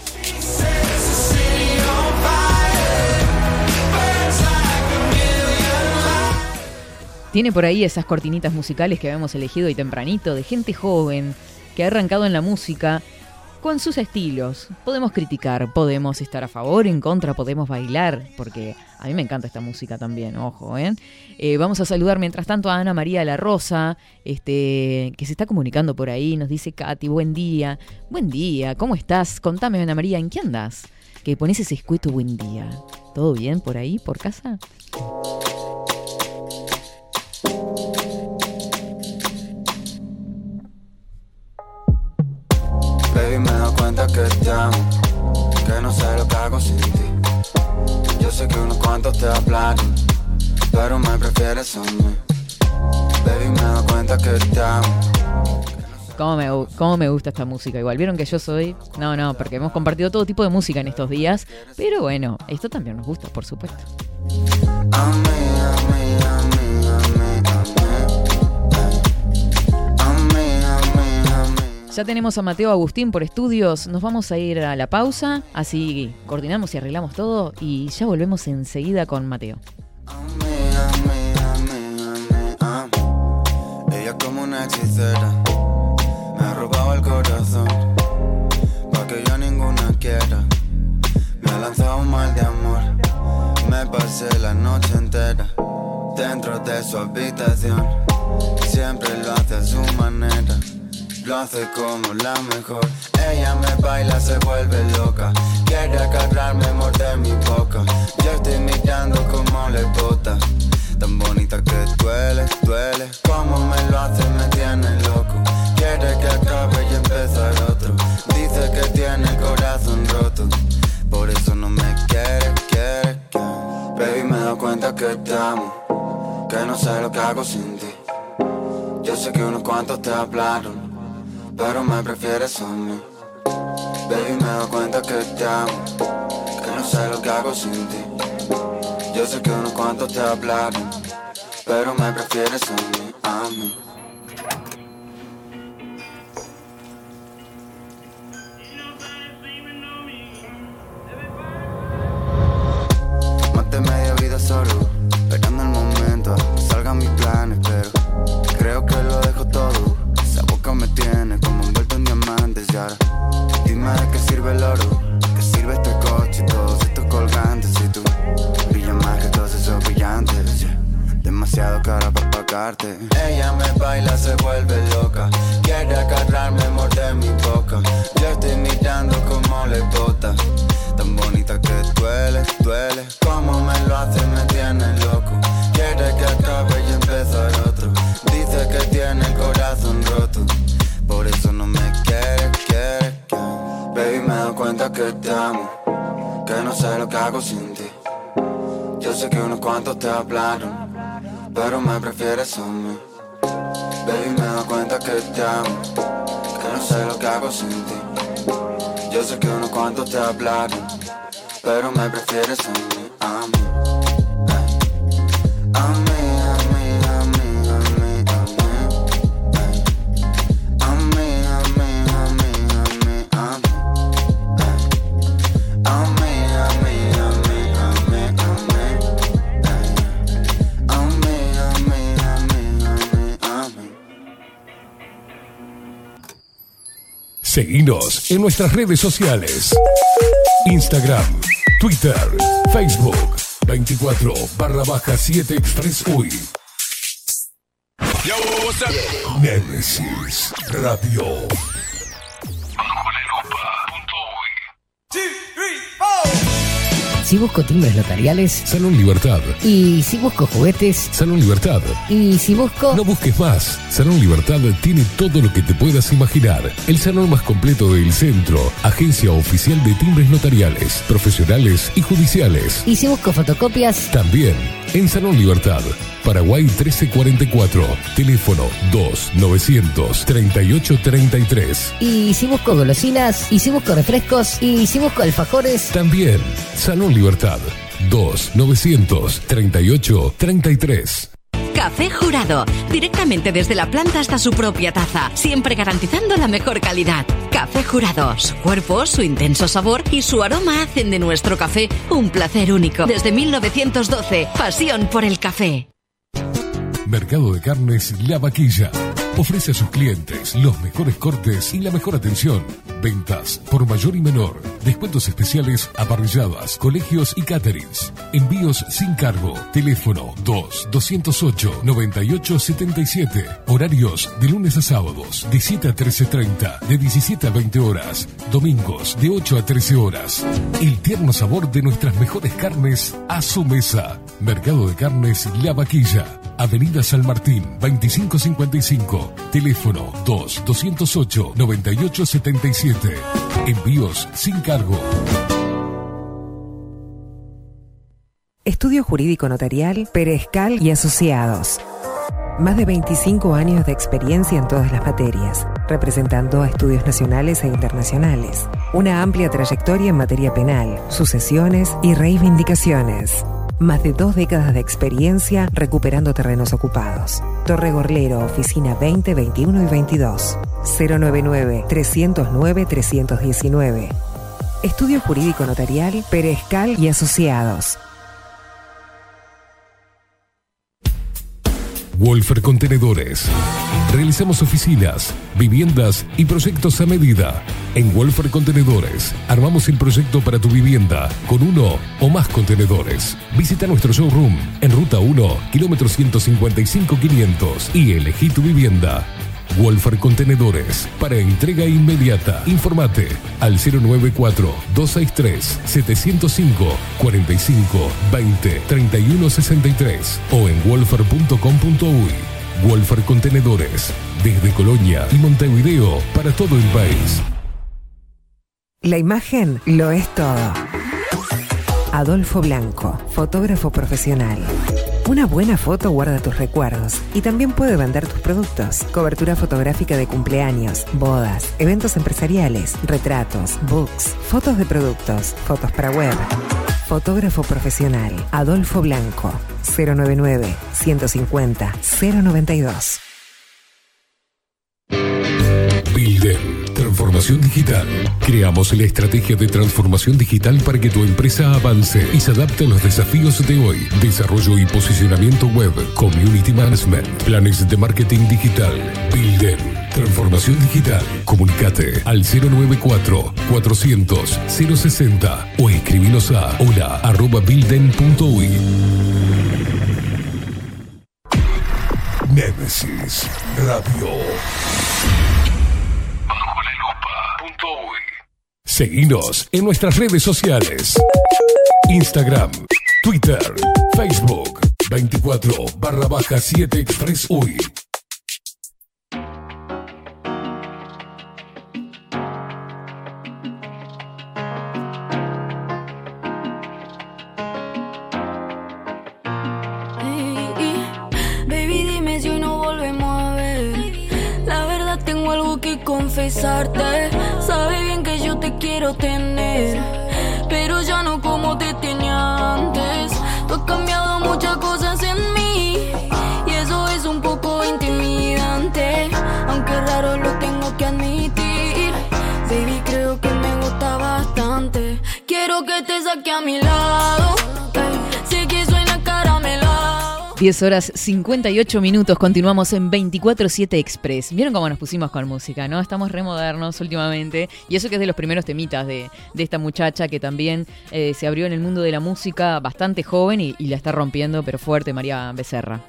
S3: Tiene por ahí esas cortinitas musicales que habíamos elegido hoy tempranito, de gente joven que ha arrancado en la música con sus estilos. Podemos criticar, podemos estar a favor, en contra, podemos bailar, porque a mí me encanta esta música también, ojo, vamos a saludar mientras tanto a Ana María La Rosa, que se está comunicando por ahí. Nos dice: Katy, buen día, ¿cómo estás? Contame, Ana María, ¿en qué andás? Que pones ese escueto buen día. ¿Todo bien por ahí, por casa?
S12: Baby, me doy cuenta que te amo, que no sé lo que hago sin ti. Yo sé que unos cuantos te hablaron, pero me prefieres a mí. Baby, me doy cuenta que te amo.
S3: ¿Cómo me gusta esta música? Igual, ¿vieron que yo soy? No, porque hemos compartido todo tipo de música en estos días. Pero bueno, esto también nos gusta, por supuesto.
S12: A mí.
S3: Ya tenemos a Mateo Agustín por estudios. Nos vamos a ir a la pausa, así coordinamos y arreglamos todo y ya volvemos enseguida con Mateo.
S12: Ella como una hechicera me ha robado el corazón, pa' que yo ninguna quiera. Me ha lanzado un mal de amor, me pasé la noche entera dentro de su habitación. Siempre lo hace a su manera, lo hace como la mejor. Ella me baila, se vuelve loca, quiere agarrarme, morder mi boca. Yo estoy mirando como le bota, tan bonita que duele. Como me lo hace, me tiene loco. Quiere que acabe y empezar otro. Dice que tiene el corazón roto, por eso no me quiere. Baby, me doy cuenta que te amo, que no sé lo que hago sin ti. Yo sé que unos cuantos te hablaron, pero me prefieres a mí. Baby, me doy cuenta que te amo, que no sé lo que hago sin ti. Yo sé que unos cuantos te hablaron, pero me prefieres a mí. Más de media vida solo, esperando el momento a que salgan mis planes, pero creo que lo dejo todo. Esa boca me tiene como envuelto en diamantes y ahora dime de qué sirve tocarte. Ella me baila, se vuelve loca. Quiere agarrarme, morder mi boca. Yo estoy mirando como le bota. Tan bonita que duele, duele. Como me lo hace, me tiene loco. Quiere que acabe y empezar otro. Dice que tiene el corazón roto. Por eso no me quiere. Baby, me doy cuenta que te amo. Que no sé lo que hago sin ti. Yo sé que unos cuantos te hablaron, pero me prefieres a mí. Baby, me doy cuenta que te amo. Que no sé lo que hago sin ti. Yo sé que unos cuantos te hablaron, pero me prefieres a mí, a mí. A mí, a mí, a mí, a mí, a mí. A mí, a mí, a mí, a mí, a mí. A mí, a mí, a mí, a mí, a mí. A mí, a mí, a mí, a mí.
S1: Seguinos en nuestras redes sociales. Instagram, Twitter, Facebook, 24/7 Express UI.
S8: Yo, what's up?
S1: Nemesis Radio.
S9: Si busco timbres notariales,
S1: Salón Libertad.
S9: y si busco juguetes,
S1: Salón Libertad.
S9: y si busco...
S1: No busques más. Salón Libertad tiene todo lo que te puedas imaginar. El salón más completo del centro. Agencia oficial de timbres notariales, profesionales y judiciales.
S9: Y si busco fotocopias,
S1: También en Salón Libertad. Paraguay 1344. Teléfono 2900-3833.
S9: y si busco golosinas, y si busco refrescos, y si busco alfajores...
S1: También Salón Libertad. 2900-3833.
S10: Café Jurado, directamente desde la planta hasta su propia taza, siempre garantizando la mejor calidad. Café Jurado, su cuerpo, su intenso sabor y su aroma hacen de nuestro café un placer único. Desde 1912, pasión por el café.
S1: Mercado de Carnes La Vaquilla. Ofrece a sus clientes los mejores cortes y la mejor atención. Ventas por mayor y menor. Descuentos especiales a parrilladas, colegios y caterings. Envíos sin cargo. Teléfono 2-208-9877. Horarios de lunes a sábados de 7 a 13:30, de 17 a 20 horas. Domingos de 8 a 13 horas. El tierno sabor de nuestras mejores carnes a su mesa. Mercado de Carnes La Vaquilla. Avenida San Martín, 2555. Teléfono 2-208-9877. Envíos sin cargo.
S6: Estudio Jurídico Notarial, Perezcal y Asociados. Más de 25 años de experiencia en todas las materias, representando a estudios nacionales e internacionales. Una amplia trayectoria en materia penal, sucesiones y reivindicaciones. Más de 2 décadas de experiencia recuperando terrenos ocupados. Torre Gorlero, oficina 20, 21 y 22. 099-309-319. Estudio Jurídico Notarial, Perezcal y Asociados.
S1: Wolfer Contenedores. Realizamos oficinas, viviendas y proyectos a medida. En Wolfer Contenedores armamos el proyecto para tu vivienda con 1 o más contenedores. Visita nuestro showroom en Ruta 1, kilómetro 155-500 y elegí tu vivienda. Wolfer Contenedores, para entrega inmediata. Informate al 094-263-705-45-20-3163 o en wolfer.com.uy. Wolfer Contenedores, desde Colonia y Montevideo para todo el país.
S6: La imagen lo es todo. Adolfo Blanco, fotógrafo profesional. Una buena foto guarda tus recuerdos y también puede vender tus productos. Cobertura fotográfica de cumpleaños, bodas, eventos empresariales, retratos, books, fotos de productos, fotos para web. Fotógrafo profesional, Adolfo Blanco, 099-150-092.
S1: Bilden. Transformación digital. Creamos la estrategia de transformación digital para que tu empresa avance y se adapte a los desafíos de hoy. Desarrollo y posicionamiento web, community management, planes de marketing digital. Bilden. Transformación digital. Comunicate al 094-400-060 o escribinos a hola@bilden.uy. Génesis Radio. Seguinos en nuestras redes sociales. Instagram, Twitter, Facebook, 24/7 Express UI.
S11: Baby, dime si hoy no volvemos a ver. La verdad tengo algo que confesarte. Sabes bien que yo te quiero tener, pero ya no como te tenía antes. Tú has cambiado muchas cosas en mí y eso es un poco intimidante, aunque raro lo tengo que admitir. Baby, creo que me gusta bastante. Quiero que te saque a mi lado. Sé que suena caramelado.
S3: 10 horas 58 minutos, continuamos en 24/7 Express. ¿Vieron cómo nos pusimos con música, no? Estamos re modernos últimamente. Y eso que es de los primeros temitas de esta muchacha que también se abrió en el mundo de la música bastante joven y la está rompiendo, pero fuerte, María Becerra.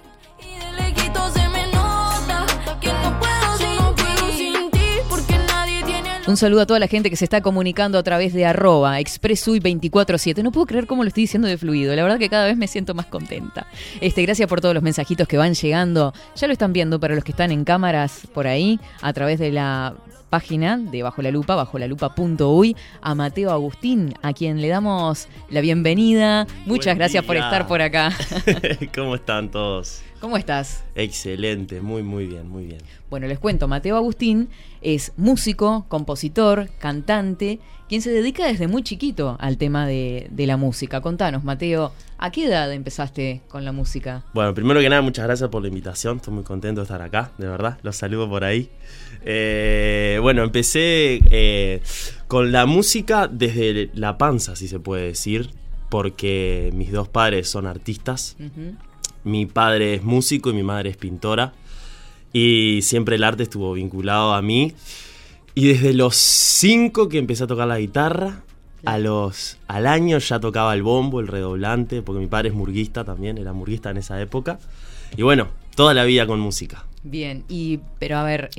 S3: Un saludo a toda la gente que se está comunicando a través de @ExpressUy247. No puedo creer cómo lo estoy diciendo de fluido. La verdad que cada vez me siento más contenta. Gracias por todos los mensajitos que van llegando. Ya lo están viendo para los que están en cámaras por ahí, a través de la página de Bajo la Lupa, bajolalupa.uy, a Mateo Agustín, a quien le damos la bienvenida. Muchas gracias por estar por acá.
S13: ¿Cómo están todos?
S3: ¿Cómo estás?
S13: Excelente, muy bien, muy bien.
S3: Bueno, les cuento, Mateo Agustín es músico, compositor, cantante, quien se dedica desde muy chiquito al tema de la música. Contanos, Mateo, ¿a qué edad empezaste con la música?
S13: Bueno, primero que nada, muchas gracias por la invitación. Estoy muy contento de estar acá, de verdad. Los saludo por ahí. Bueno, empecé con la música desde la panza, si se puede decir, porque mis dos padres son artistas. Uh-huh. Mi padre es músico y mi madre es pintora. Y siempre el arte estuvo vinculado a mí. Y desde los 5 que empecé a tocar la guitarra, al año ya tocaba el bombo, el redoblante, porque mi padre es murguista también, era murguista en esa época. Y bueno, toda la vida con música.
S3: Bien, pero a ver,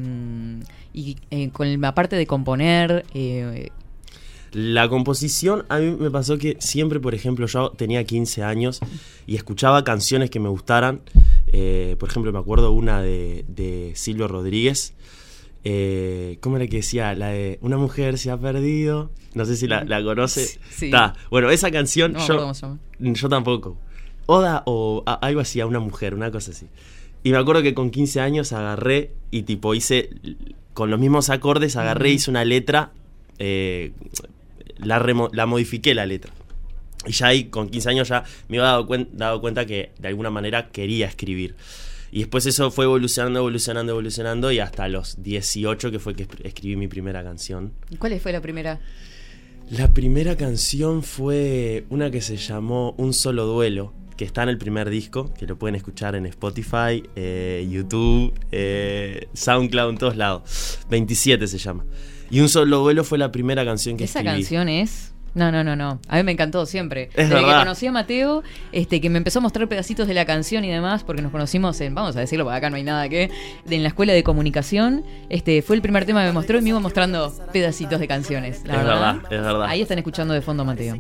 S3: con la parte de componer...
S13: La composición, a mí me pasó que siempre, por ejemplo, yo tenía 15 años y escuchaba canciones que me gustaran. Por ejemplo, me acuerdo una de Silvio Rodríguez. ¿Cómo era que decía? La de Una mujer se ha perdido. No sé si la conoce.
S3: Sí.
S13: Bueno, esa canción
S3: no,
S13: yo tampoco. Oda o algo así a una mujer, una cosa así. Y me acuerdo que con 15 años agarré y tipo hice, con los mismos acordes, hice una letra... la modifiqué la letra. Y ya ahí, con 15 años, ya me iba dado cuenta que de alguna manera quería escribir. Y después eso fue evolucionando y hasta los 18 que fue que escribí mi primera canción.
S3: ¿Cuál fue la primera?
S13: La primera canción fue una que se llamó Un Solo Duelo, que está en el primer disco, que lo pueden escuchar en Spotify, YouTube, SoundCloud, en todos lados. 27 se llama. Y Un Solo Duelo fue la primera canción que escribí.
S3: Esa canción es... No. A mí me encantó siempre.
S13: Es
S3: Desde
S13: verdad.
S3: que conocí a Mateo, que me empezó a mostrar pedacitos de la canción y demás, porque nos conocimos vamos a decirlo, porque acá no hay nada en la escuela de comunicación. Fue el primer tema que me mostró y me iba mostrando pedacitos de canciones. La verdad.
S13: Es verdad.
S3: Ahí están escuchando de fondo a Mateo.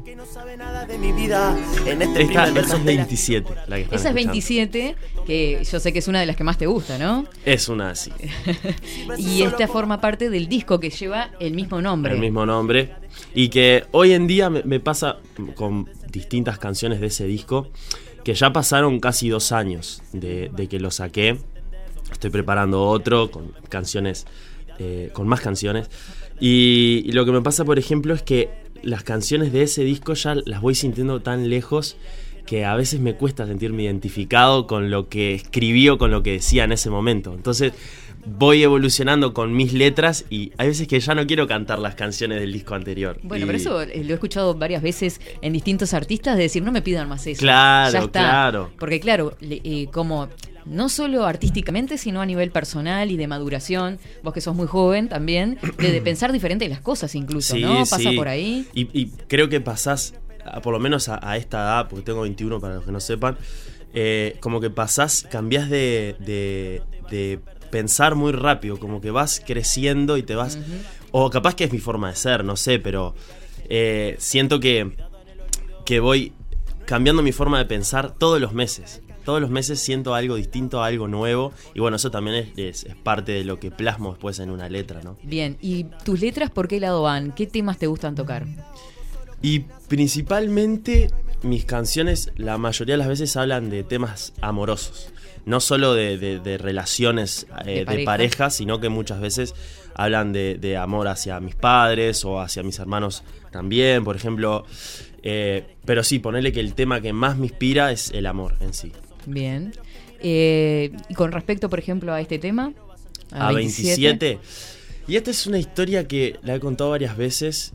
S13: Esta es 27, la que están
S3: Esa es 27, que yo sé que es una de las que más te gusta, ¿no?
S13: Es una así.
S3: Y esta forma parte del disco que lleva el mismo nombre.
S13: El mismo nombre. Y que hoy en día me pasa con distintas canciones de ese disco, que ya pasaron casi 2 años de que lo saqué. Estoy preparando otro con canciones, con más canciones. Y lo que me pasa, por ejemplo, es que las canciones de ese disco ya las voy sintiendo tan lejos que a veces me cuesta sentirme identificado con lo que escribí o con lo que decía en ese momento. Entonces voy evolucionando con mis letras y hay veces que ya no quiero cantar las canciones del disco anterior.
S3: Bueno, pero eso lo he escuchado varias veces en distintos artistas, de decir, no me pidan más eso.
S13: Claro,
S3: ya está.
S13: claro.
S3: Porque claro, como... No solo artísticamente, sino a nivel personal y de maduración. Vos que sos muy joven también, de pensar diferente las cosas incluso,
S13: sí,
S3: ¿no? Pasa
S13: sí.
S3: por ahí.
S13: Y creo que pasás por lo menos a esta edad, porque tengo 21 para los que no sepan, como que cambiás de pensar muy rápido, como que vas creciendo y te vas... O capaz que es mi forma de ser, no sé, pero siento que voy cambiando mi forma de pensar todos los meses. Todos los meses siento algo distinto, algo nuevo. Y bueno, eso también es parte de lo que plasmo después en una letra, ¿no?
S3: Bien, ¿y tus letras por qué lado van? ¿Qué temas te gustan tocar?
S13: Y principalmente mis canciones, la mayoría de las veces hablan de temas amorosos. No solo de relaciones de pareja, sino que muchas veces hablan de amor hacia mis padres o hacia mis hermanos también, por ejemplo. Pero sí, ponerle que el tema que más me inspira es el amor en sí.
S3: Bien. Y con respecto, por ejemplo, a este tema,
S13: a 27. Y esta es una historia que la he contado varias veces.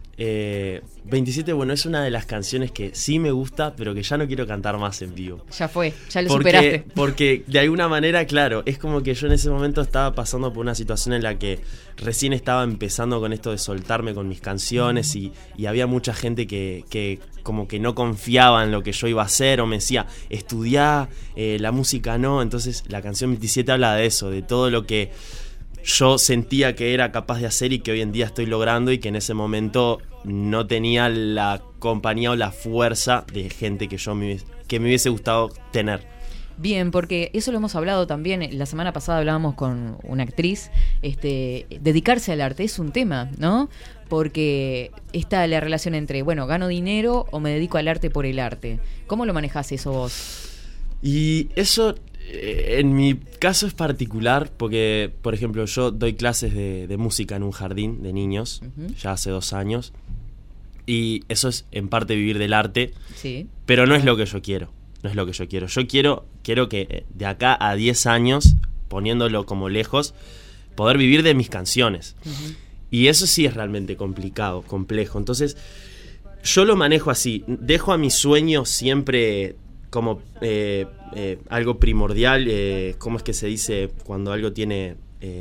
S13: 27, bueno, es una de las canciones que sí me gusta, pero que ya no quiero cantar más en vivo.
S3: Ya fue, ya lo superaste.
S13: Porque de alguna manera, claro, es como que yo en ese momento estaba pasando por una situación en la que recién estaba empezando con esto de soltarme con mis canciones y había mucha gente que como que no confiaba en lo que yo iba a hacer o me decía, estudiá, la música no. Entonces la canción 27 habla de eso, de todo lo que yo sentía que era capaz de hacer y que hoy en día estoy logrando y que en ese momento no tenía la compañía o la fuerza de gente que me hubiese gustado tener.
S3: Bien, porque eso lo hemos hablado también, la semana pasada hablábamos con una actriz, dedicarse al arte es un tema, ¿no? Porque está la relación entre, bueno, gano dinero o me dedico al arte por el arte. ¿Cómo lo manejás eso vos?
S13: Y eso... En mi caso es particular porque, por ejemplo, yo doy clases de música en un jardín de niños, ya hace 2 años, y eso es en parte vivir del arte,
S3: sí.
S13: Pero no es lo que yo quiero, no es lo que yo quiero. Yo quiero que de acá a 10 años, poniéndolo como lejos, poder vivir de mis canciones. Y eso sí es realmente complicado, complejo. Entonces, yo lo manejo así, dejo a mi sueño siempre como algo primordial, ¿cómo es que se dice cuando algo tiene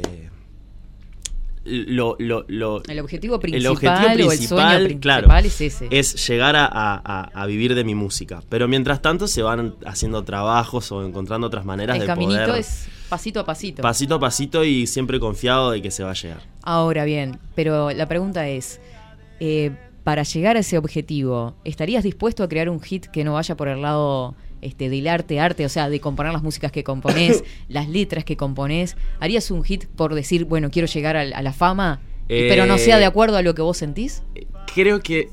S3: el objetivo principal,
S13: el objetivo
S3: o el sueño principal,
S13: claro,
S3: es ese?
S13: Es llegar a vivir de mi música, pero mientras tanto se van haciendo trabajos o encontrando otras maneras de poder.
S3: El caminito es pasito a pasito.
S13: Pasito a pasito y siempre confiado de que se va a llegar.
S3: Ahora bien, pero la pregunta es, para llegar a ese objetivo, ¿estarías dispuesto a crear un hit que no vaya por el lado del arte, o sea, de componer las músicas que componés, las letras que componés? ¿Harías un hit por decir, bueno, quiero llegar a la fama, pero no sea de acuerdo a lo que vos sentís?
S13: Creo que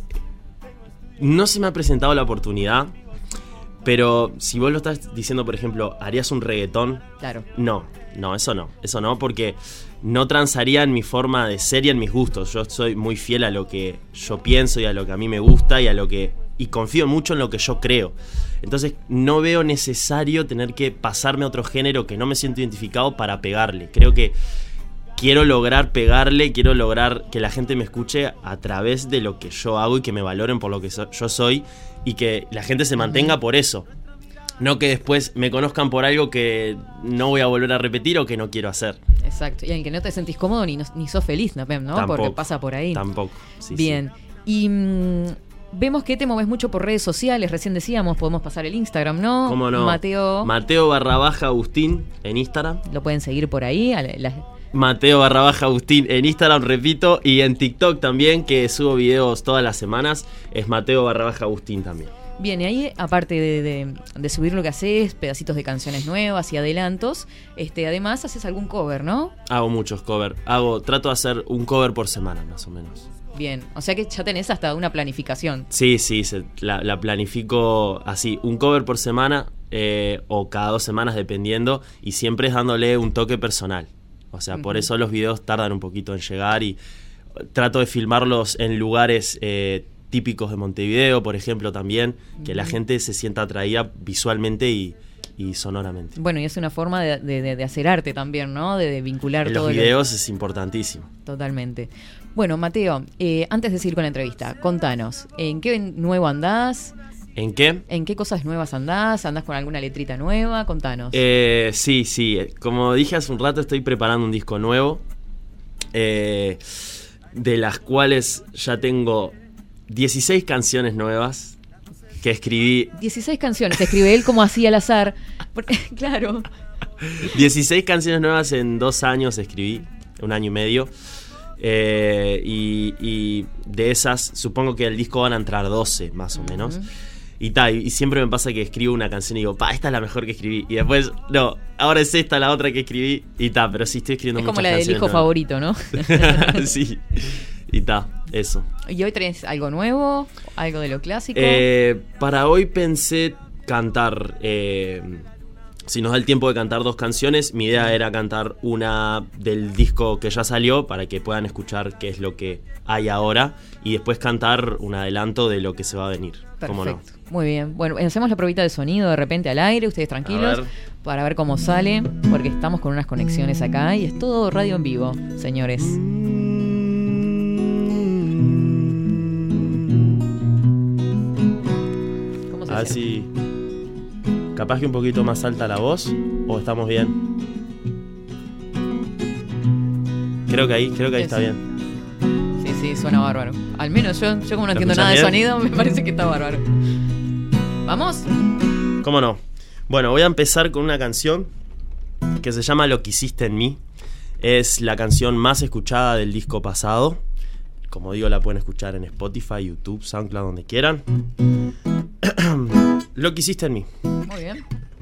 S13: no se me ha presentado la oportunidad, pero si vos lo estás diciendo, por ejemplo, ¿harías un reggaetón?
S3: Claro.
S13: No, eso no, porque no transaría en mi forma de ser y en mis gustos. Yo soy muy fiel a lo que yo pienso y a lo que a mí me gusta y confío mucho en lo que yo creo. Entonces no veo necesario tener que pasarme a otro género que no me siento identificado para pegarle. Creo que quiero lograr pegarle, quiero lograr que la gente me escuche a través de lo que yo hago y que me valoren por lo que yo soy y que la gente se mantenga por eso. No que después me conozcan por algo que no voy a volver a repetir o que no quiero hacer.
S3: Exacto, y en que no te sentís cómodo ni sos feliz, ¿no?
S13: Tampoco,
S3: porque pasa por ahí.
S13: Tampoco, sí.
S3: Bien, sí. Y vemos que te moves mucho por redes sociales, recién decíamos, podemos pasar el Instagram, ¿no?
S13: ¿Cómo no? Mateo_Agustín en Instagram.
S3: Lo pueden seguir por ahí.
S13: Mateo_Agustín en Instagram, repito, y en TikTok también, que subo videos todas las semanas, es Mateo_Agustín también.
S3: Bien, y ahí, aparte de subir lo que haces, pedacitos de canciones nuevas y adelantos, además haces algún cover, ¿no?
S13: Hago muchos covers. Trato de hacer un cover por semana, más o menos.
S3: Bien, o sea que ya tenés hasta una planificación.
S13: Sí, la planifico así, un cover por semana o cada 2 semanas dependiendo, y siempre es dándole un toque personal. O sea, por eso los videos tardan un poquito en llegar y trato de filmarlos en lugares típicos de Montevideo, por ejemplo, también, que la gente se sienta atraída visualmente y sonoramente.
S3: Bueno, y es una forma de hacer arte también, ¿no? De vincular todo.
S13: Los videos es importantísimo.
S3: Totalmente. Bueno, Mateo, antes de seguir con la entrevista, contanos, ¿en qué nuevo andás?
S13: ¿En qué?
S3: ¿En qué cosas nuevas andás? ¿Andás con alguna letrita nueva? Contanos.
S13: Sí. Como dije hace un rato, estoy preparando un disco nuevo, de las cuales ya tengo 16 canciones nuevas. que escribí.
S3: 16 canciones, escribe él como así al azar. Porque, claro.
S13: 16 canciones nuevas en 2 años escribí, 1 año y medio. Y de esas, supongo que el disco van a entrar 12, más o menos. Y siempre me pasa que escribo una canción y digo, esta es la mejor que escribí. Y después, no, ahora es esta la otra que escribí. Pero sí estoy escribiendo muchas canciones.
S3: Es como la del hijo favorito, ¿no?
S13: Sí. Eso.
S3: ¿Y hoy tenés algo nuevo? ¿Algo de lo clásico?
S13: Para hoy pensé cantar. Si nos da el tiempo de cantar 2 canciones, mi idea era cantar una del disco que ya salió para que puedan escuchar qué es lo que hay ahora y después cantar un adelanto de lo que se va a venir.
S3: Perfecto.
S13: ¿Cómo no?
S3: Muy bien. Bueno, hacemos la probita de sonido de repente al aire, ustedes tranquilos, para ver cómo sale, porque estamos con unas conexiones acá y es todo radio en vivo, señores. ¿Cómo se hace?
S13: Así. Capaz que un poquito más alta la voz, o estamos bien. Creo que ahí está bien.
S3: Sí, suena bárbaro. Al menos yo como no entiendo nada de sonido, me parece que está bárbaro. ¿Vamos?
S13: ¿Cómo no? Bueno, voy a empezar con una canción que se llama Lo que hiciste en mí. Es la canción más escuchada del disco pasado. Como digo, la pueden escuchar en Spotify, YouTube, SoundCloud, donde quieran. Lo que hiciste en mí.
S3: Muy bien.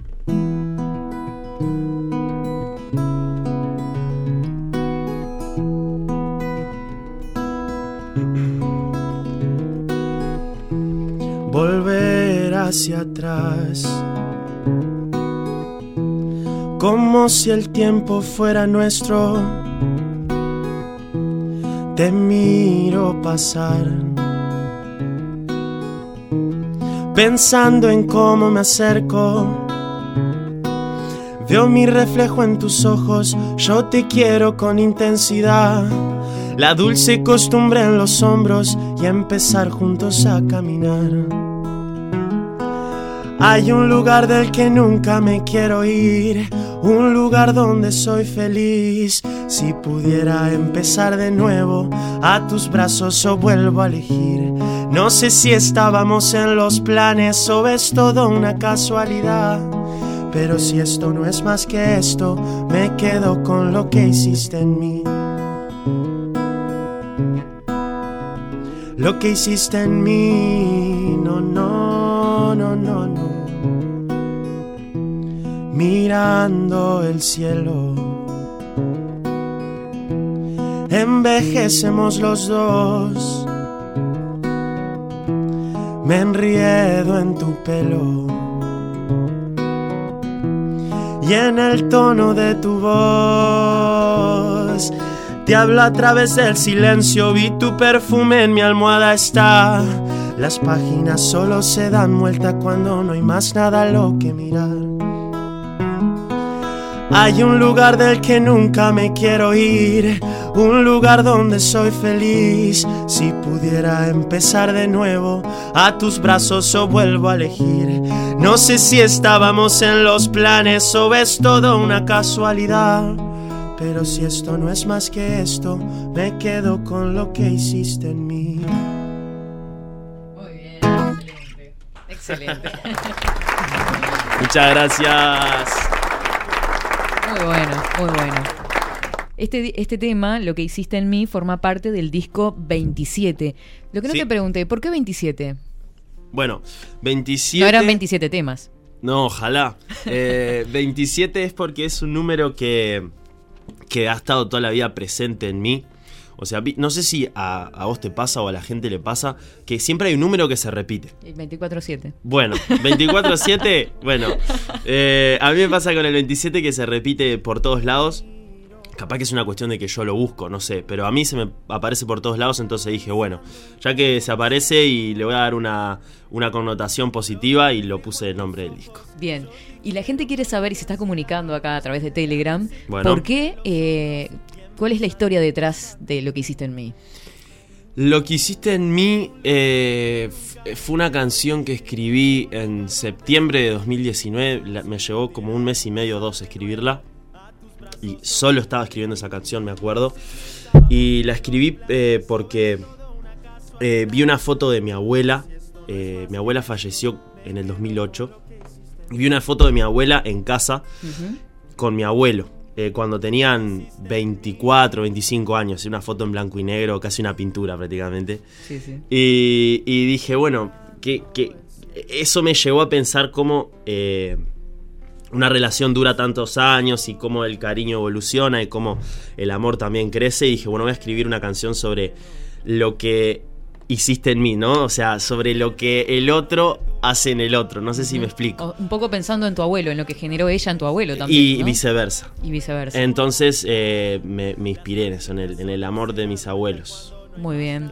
S12: Volver hacia atrás, como si el tiempo fuera nuestro. Te miro pasar, pensando en cómo me acerco. Veo mi reflejo en tus ojos, yo te quiero con intensidad. La dulce costumbre en los hombros y empezar juntos a caminar. Hay un lugar del que nunca me quiero ir, un lugar donde soy feliz. Si pudiera empezar de nuevo, a tus brazos yo vuelvo a elegir. No sé si estábamos en los planes o es todo una casualidad, pero si esto no es más que esto, me quedo con lo que hiciste en mí. Lo que hiciste en mí, no, no, no, no, no. Mirando el cielo, envejecemos los dos. Me enriedo en tu pelo y en el tono de tu voz. Te hablo a través del silencio, vi tu perfume en mi almohada está. Las páginas solo se dan vuelta cuando no hay más nada a lo que mirar. Hay un lugar del que nunca me quiero ir, un lugar donde soy feliz. Si pudiera empezar de nuevo, a tus brazos yo vuelvo a elegir. No sé si estábamos en los planes o es todo una casualidad, pero si esto no es más que esto, me quedo con lo que hiciste en mí.
S3: Muy bien, excelente.
S13: Muchas gracias.
S3: Muy bueno, muy bueno. Este tema, Lo que hiciste en mí, forma parte del disco 27. Lo que no te pregunté, ¿por qué 27?
S13: Bueno, 27...
S3: No eran 27 temas.
S13: No, ojalá. 27 es porque es un número que ha estado toda la vida presente en mí. O sea, no sé si a vos te pasa o a la gente le pasa que siempre hay un número que se repite.
S3: 24/7.
S13: Bueno, 24/7, bueno. A mí me pasa con el 27 que se repite por todos lados. Capaz que es una cuestión de que yo lo busco, no sé. Pero a mí se me aparece por todos lados, entonces dije, bueno, ya que se aparece y le voy a dar una connotación positiva y lo puse el nombre del disco.
S3: Bien. Y la gente quiere saber y se está comunicando acá a través de Telegram.
S13: Bueno.
S3: ¿Por qué? ¿Cuál es la historia detrás de Lo que hiciste en mí?
S13: Lo que hiciste en mí fue una canción que escribí en septiembre de 2019. Me llevó como 1 mes y medio, 2 escribirla. Y solo estaba escribiendo esa canción, me acuerdo. Y la escribí porque vi una foto de mi abuela mi abuela falleció en el 2008. Y vi una foto de mi abuela en casa con mi abuelo. Cuando tenían 24, 25 años, una foto en blanco y negro, casi una pintura prácticamente.
S3: Sí, sí.
S13: Y dije, bueno, que eso me llevó a pensar cómo una relación dura tantos años y cómo el cariño evoluciona y cómo el amor también crece. Y dije, bueno, voy a escribir una canción sobre lo que hiciste en mí, ¿no? O sea, sobre lo que el otro hace en el otro. No sé si me explico.
S3: Un poco pensando en tu abuelo, en lo que generó ella en tu abuelo también,
S13: Y
S3: ¿no?
S13: viceversa.
S3: Y viceversa.
S13: Entonces me inspiré en eso, en el amor de mis abuelos.
S3: Muy bien.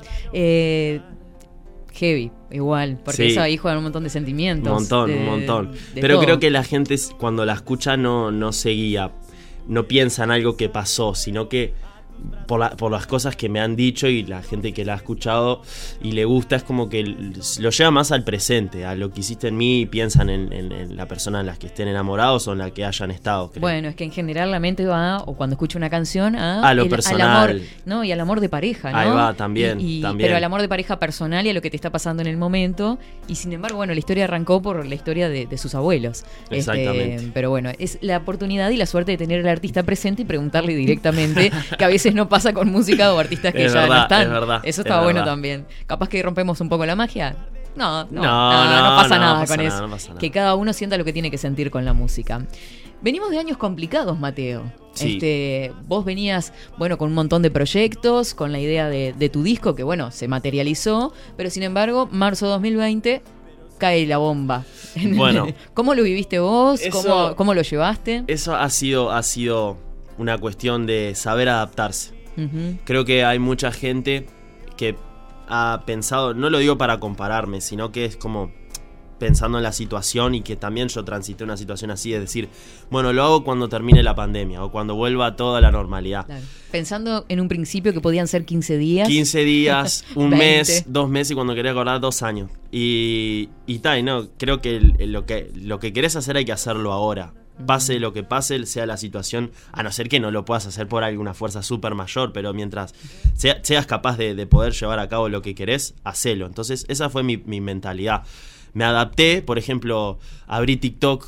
S3: Heavy, igual, porque
S13: Sí.
S3: eso ahí juega un montón de sentimientos.
S13: Un montón.
S3: de
S13: Pero
S3: todo.
S13: creo que la gente cuando la escucha no se guía, no piensa en algo que pasó, sino que por las cosas que me han dicho y la gente que la ha escuchado y le gusta, es como que lo lleva más al presente, a lo que hiciste en mí, y piensan en la persona en la que estén enamorados o en la que hayan estado. Creo.
S3: Bueno, es que en general la mente va, o cuando escucha una canción,
S13: A lo personal.
S3: al amor, ¿no? Y al amor de pareja, ¿no?
S13: Ahí va, también.
S3: Pero al amor de pareja personal y a lo que te está pasando en el momento. Y sin embargo, bueno, la historia arrancó por la historia de sus abuelos.
S13: Exactamente.
S3: Pero bueno, es la oportunidad y la suerte de tener al artista presente y preguntarle directamente, que a veces no pasa con música o artistas que
S13: Es
S3: ya
S13: verdad,
S3: no están.
S13: es verdad,
S3: Eso
S13: es
S3: está bueno
S13: verdad.
S3: también. Capaz que rompemos un poco la magia. No
S13: No
S3: pasa nada
S13: pasa
S3: con
S13: nada,
S3: eso.
S13: no pasa nada.
S3: Que cada uno sienta lo que tiene que sentir con la música. Venimos de años complicados, Mateo.
S13: Sí.
S3: Vos venías, bueno, con un montón de proyectos, con la idea de tu disco, que bueno, se materializó, pero sin embargo, marzo 2020 cae la bomba.
S13: Bueno.
S3: ¿Cómo lo viviste vos?
S13: Eso-
S3: ¿Cómo lo llevaste?
S13: Eso ha sido una cuestión de saber adaptarse.
S3: Ujú.
S13: Creo que hay mucha gente que ha pensado, no lo digo para compararme, sino que es como pensando en la situación, y que también yo transité una situación así, es decir, bueno, lo hago cuando termine la pandemia o cuando vuelva toda la normalidad.
S3: Claro. Pensando en un principio que podían ser 15 días.
S13: 15 días, un
S3: 20.
S13: mes, 2 meses, y cuando quería acordar 2 años. Y no, creo que lo que querés hacer hay que hacerlo ahora. Pase lo que pase, sea la situación, a no ser que no lo puedas hacer por alguna fuerza súper mayor, pero mientras seas capaz de poder llevar a cabo lo que querés, hacelo. Entonces esa fue mi mentalidad. Me adapté, por ejemplo, abrí TikTok.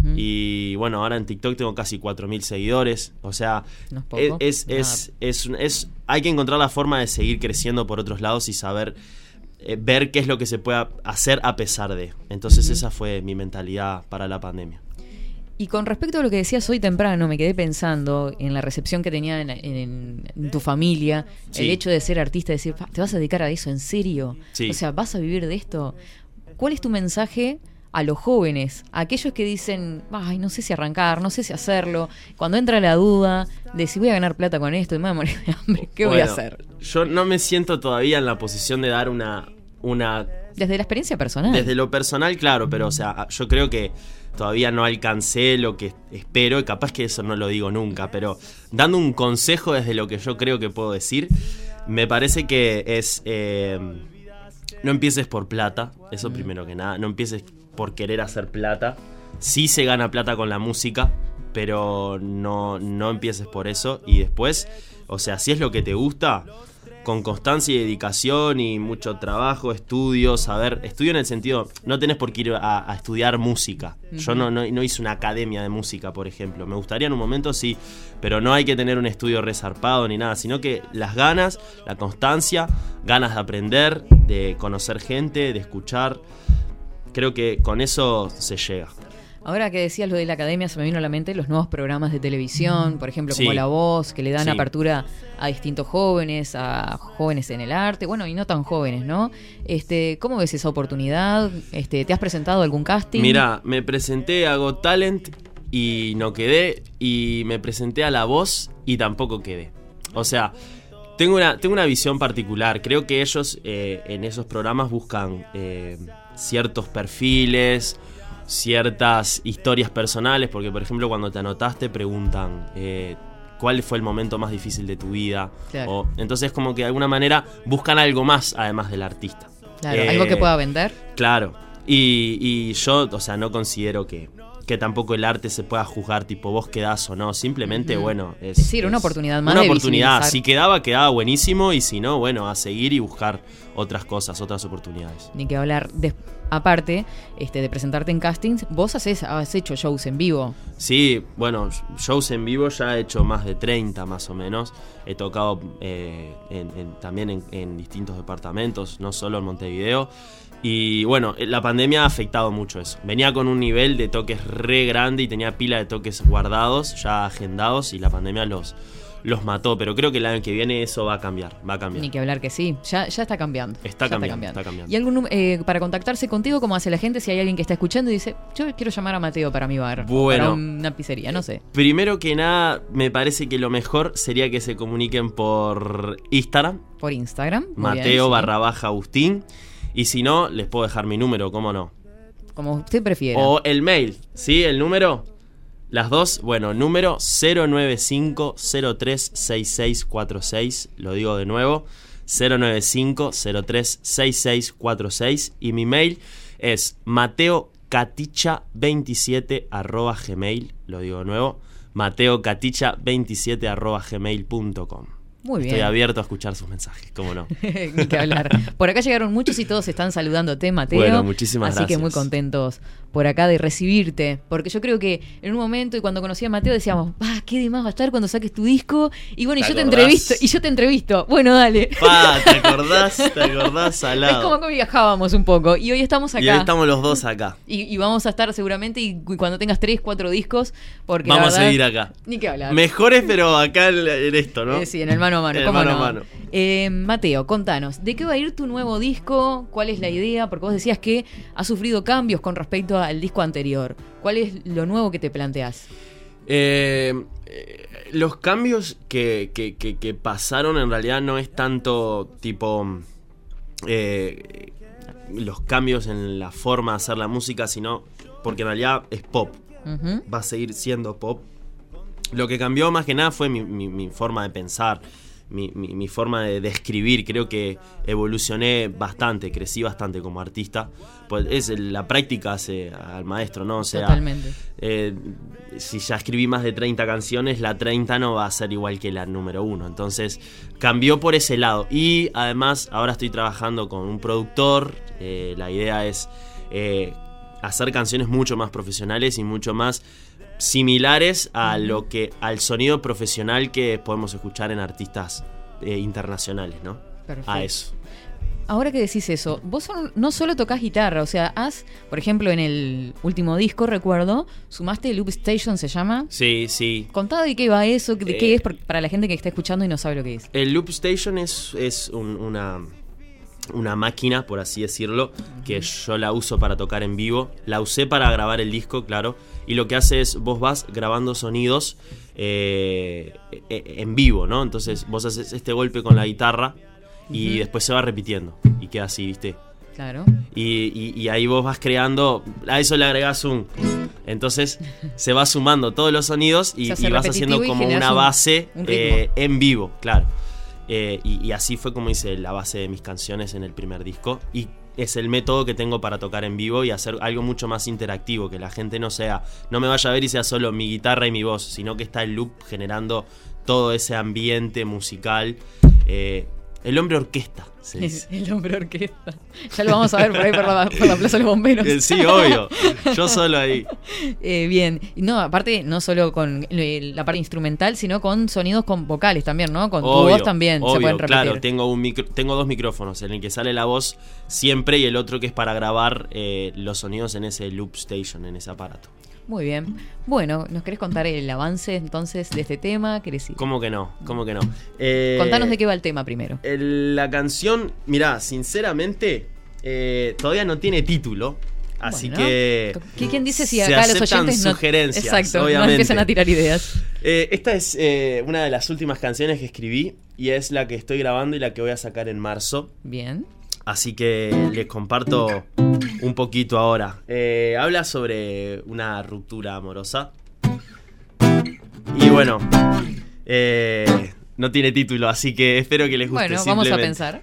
S13: Y bueno, ahora en TikTok tengo casi 4.000 seguidores. O sea,
S3: No es poco.
S13: hay que encontrar la forma de seguir creciendo por otros lados y saber ver qué es lo que se puede hacer a pesar de. Entonces esa fue mi mentalidad para la pandemia.
S3: Y con respecto a lo que decías hoy temprano, me quedé pensando en la recepción que tenía en tu familia,
S13: Sí.
S3: el hecho de ser artista, decir, ¿te vas a dedicar a eso en serio?
S13: Sí.
S3: O sea, ¿vas a vivir de esto? ¿Cuál es tu mensaje a los jóvenes, a aquellos que dicen, ay, no sé si arrancar, no sé si hacerlo, cuando entra la duda de si voy a ganar plata con esto y me voy a morir de hambre, ¿qué voy a
S13: Bueno,
S3: hacer?
S13: Yo no me siento todavía en la posición de dar una
S3: Desde la experiencia personal.
S13: desde lo personal, claro, pero o sea, yo creo que todavía no alcancé lo que espero, y capaz que eso no lo digo nunca, pero dando un consejo desde lo que yo creo que puedo decir, me parece que es no empieces por plata, eso primero que nada, no empieces por querer hacer plata. Sí se gana plata con la música, pero no empieces por eso. Y después, o sea, si es lo que te gusta, con constancia y dedicación y mucho trabajo, estudio en el sentido, no tenés por qué ir a estudiar música. Yo no hice una academia de música, por ejemplo. Me gustaría en un momento, sí, pero no hay que tener un estudio resarpado ni nada, sino que las ganas, la constancia, ganas de aprender, de conocer gente, de escuchar. Creo que con eso se llega.
S3: Ahora que decías lo de la academia, se me vino a la mente los nuevos programas de televisión, por ejemplo, como
S13: Sí.
S3: La Voz, que le dan
S13: Sí.
S3: apertura a distintos jóvenes, a jóvenes en el arte, bueno, y no tan jóvenes, ¿no? ¿Cómo ves esa oportunidad? ¿Te has presentado a algún casting?
S13: Mira, me presenté a Got Talent y no quedé, y me presenté a La Voz y tampoco quedé. O sea, tengo una visión particular. Creo que ellos en esos programas buscan ciertos perfiles, ciertas historias personales, porque por ejemplo cuando te anotaste preguntan cuál fue el momento más difícil de tu vida.
S3: Claro.
S13: Entonces como que de alguna manera buscan algo más además del artista.
S3: Claro, algo que pueda vender.
S13: Claro. Y yo, o sea, no considero que que tampoco el arte se pueda juzgar tipo vos quedás o no, simplemente bueno,
S3: Es decir, una oportunidad más
S13: una
S3: de
S13: oportunidad,
S3: visibilizar.
S13: si quedaba buenísimo y si no, bueno, a seguir y buscar otras cosas, otras oportunidades.
S3: Ni que hablar. Aparte de presentarte en castings, vos has hecho shows en vivo.
S13: Sí, bueno, shows en vivo ya he hecho más de 30 más o menos. He tocado también en distintos departamentos, no solo en Montevideo. Y bueno, la pandemia ha afectado mucho eso. Venía con un nivel de toques re grande y tenía pila de toques guardados, ya agendados, y la pandemia los mató. Pero creo que el año que viene eso va a cambiar.
S3: Ni que hablar que sí, ya está cambiando.
S13: Está cambiando.
S3: ¿Y para contactarse contigo, cómo hace la gente si hay alguien que está escuchando y dice, yo quiero llamar a Mateo para mi bar,
S13: bueno,
S3: para una pizzería, no sé?
S13: Primero que nada, me parece que lo mejor sería que se comuniquen por Instagram.
S3: Por Instagram.
S13: Mateo _Agustín. Y si no, les puedo dejar mi número, ¿cómo no?
S3: Como usted prefiera.
S13: O el mail, ¿sí? El número, las dos, bueno, número 095-036646, lo digo de nuevo, 095-036646, y mi mail es mateocaticha27@gmail, lo digo de nuevo, mateocaticha27@gmail.com.
S3: Muy bien.
S13: Estoy abierto a escuchar sus mensajes, cómo no.
S3: Ni que hablar. Por acá llegaron muchos y todos están saludándote, Mateo.
S13: Bueno, muchísimas
S3: Así
S13: gracias.
S3: que muy contentos por acá de recibirte. Porque yo creo que en un momento, y cuando conocí a Mateo, decíamos, qué de más va a estar cuando saques tu disco. Y bueno, y yo te entrevisto. Bueno, dale.
S13: ¿Te acordás, salado?
S3: Es como que viajábamos un poco. Y hoy estamos acá.
S13: Y hoy estamos los dos acá.
S3: Y vamos a estar seguramente, y cuando tengas 3, 4 discos, porque
S13: vamos
S3: la verdad,
S13: a seguir acá.
S3: Ni que hablar.
S13: Mejores, pero acá en esto, ¿no?
S3: Sí, en el mano a mano.
S13: En el
S3: ¿cómo
S13: mano
S3: no?
S13: a mano.
S3: Mateo, contanos, ¿de qué va a ir tu nuevo disco? ¿Cuál es la idea? Porque vos decías que has sufrido cambios con respecto al disco anterior. ¿Cuál es lo nuevo que te planteás?
S13: Los cambios que pasaron en realidad no es tanto tipo los cambios en la forma de hacer la música, sino porque en realidad es pop.
S3: Uh-huh.
S13: Va a seguir siendo pop. Lo que cambió más que nada fue mi forma de pensar, mi forma de escribir. Creo que evolucioné bastante, crecí bastante como artista. Pues la práctica hace al maestro, ¿no? O sea,
S3: totalmente.
S13: Si ya escribí más de 30 canciones, la 30 no va a ser igual que la número 1. Entonces cambió por ese lado. Y además ahora estoy trabajando con un productor. La idea es hacer canciones mucho más profesionales y mucho más similares a al sonido profesional que podemos escuchar en artistas internacionales, ¿no?
S3: Perfecto.
S13: A eso.
S3: Ahora que decís eso, vos no solo tocás guitarra, o sea, por ejemplo, en el último disco, recuerdo, sumaste Loop Station, ¿se llama?
S13: Sí.
S3: Contá de qué va eso, de qué es para la gente que está escuchando y no sabe lo que es.
S13: El Loop Station es una máquina, por así decirlo, que yo la uso para tocar en vivo. La usé para grabar el disco, claro. Y lo que hace es, vos vas grabando sonidos en vivo, ¿no? Entonces vos haces este golpe con la guitarra y después se va repitiendo. Y queda así, ¿viste?
S3: Claro.
S13: Y ahí vos vas creando, a eso le agregás entonces se va sumando todos los sonidos y vas haciendo como una base en vivo, claro. Y así fue como hice la base de mis canciones en el primer disco. Y es el método que tengo para tocar en vivo y hacer algo mucho más interactivo, que la gente no me vaya a ver y sea solo mi guitarra y mi voz, sino que está el loop generando todo ese ambiente musical. El hombre orquesta, se dice.
S3: El hombre orquesta. Ya lo vamos a ver por ahí por la Plaza de los Bomberos.
S13: Sí, obvio. Yo solo ahí.
S3: Bien. No, aparte, no solo con la parte instrumental, sino con sonidos con vocales también, ¿no? Con tu voz también se pueden repetir.
S13: Claro, tengo 2 micrófonos, en el que sale la voz siempre y el otro que es para grabar los sonidos en ese loop station, en ese aparato.
S3: Muy bien. Bueno, ¿nos querés contar el avance entonces de este tema? ¿Querés ir?
S13: ¿Cómo que no?
S3: Contanos de qué va el tema primero.
S13: La canción, mirá, sinceramente, todavía no tiene título. Así que
S3: ¿quién dice si acá los oyentes
S13: sugerencias,
S3: exacto,
S13: obviamente.
S3: no empiezan a tirar ideas?
S13: Esta es una de las últimas canciones que escribí y es la que estoy grabando y la que voy a sacar en marzo.
S3: Bien.
S13: Así que les comparto un poquito ahora. Habla sobre una ruptura amorosa. Y bueno, no tiene título, así que espero que les guste.
S3: Bueno, vamos a pensar.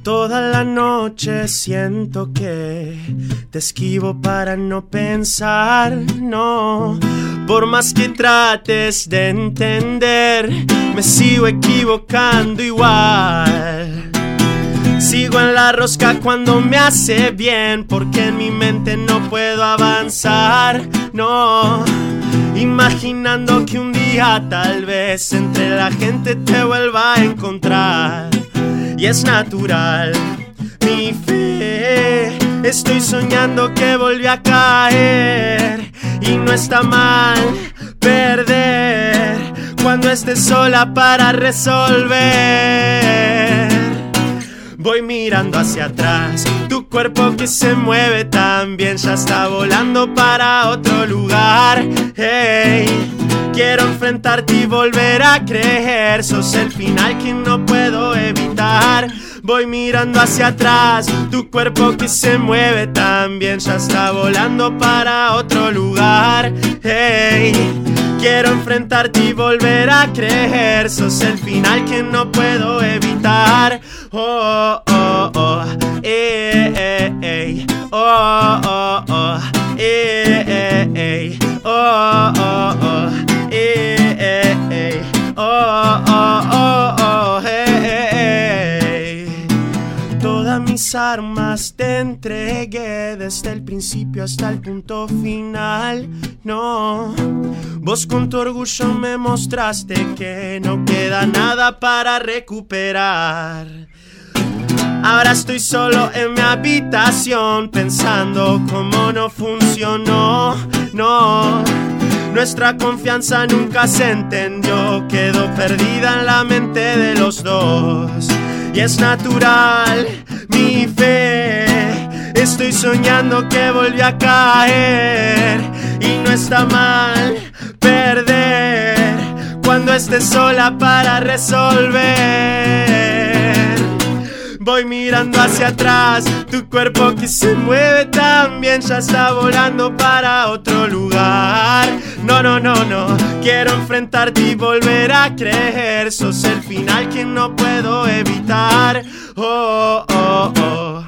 S13: Toda la noche siento que te esquivo para no pensar, no. Por más que trates de entender, me sigo equivocando igual. Sigo en la rosca cuando me hace bien, porque en mi mente no puedo avanzar, no. Imaginando que un día tal vez entre la gente te vuelva a encontrar. Y es natural, mi fe. Estoy soñando que volví a caer. Y no está mal perder cuando estés sola para resolver. Voy mirando hacia atrás, tu cuerpo que se mueve tan bien ya está volando para otro lugar. Hey, quiero enfrentarte y volver a creer. Sos el final que no puedo evitar. Voy mirando hacia atrás, tu cuerpo que se mueve tan bien ya está volando para otro lugar. Hey, quiero enfrentarte y volver a creer. Sos el final que no puedo evitar. Oh, oh, oh, oh, oh, oh, oh, oh, oh, oh, oh, oh, Todas mis armas te entregué desde el principio hasta el punto final. No, vos con tu orgullo me mostraste que no queda nada para recuperar. Ahora estoy solo en mi habitación pensando cómo no funcionó, no. Nuestra confianza nunca se entendió, quedó perdida en la mente de los dos. Y es natural, mi fe. Estoy soñando que volví a caer. Y no está mal perder cuando estés sola para resolver. Voy mirando hacia atrás, tu cuerpo que se mueve tan bien ya está volando para otro lugar. No, no, no, no, quiero enfrentarte y volver a creer. Sos el final que no puedo evitar. Oh, oh, oh.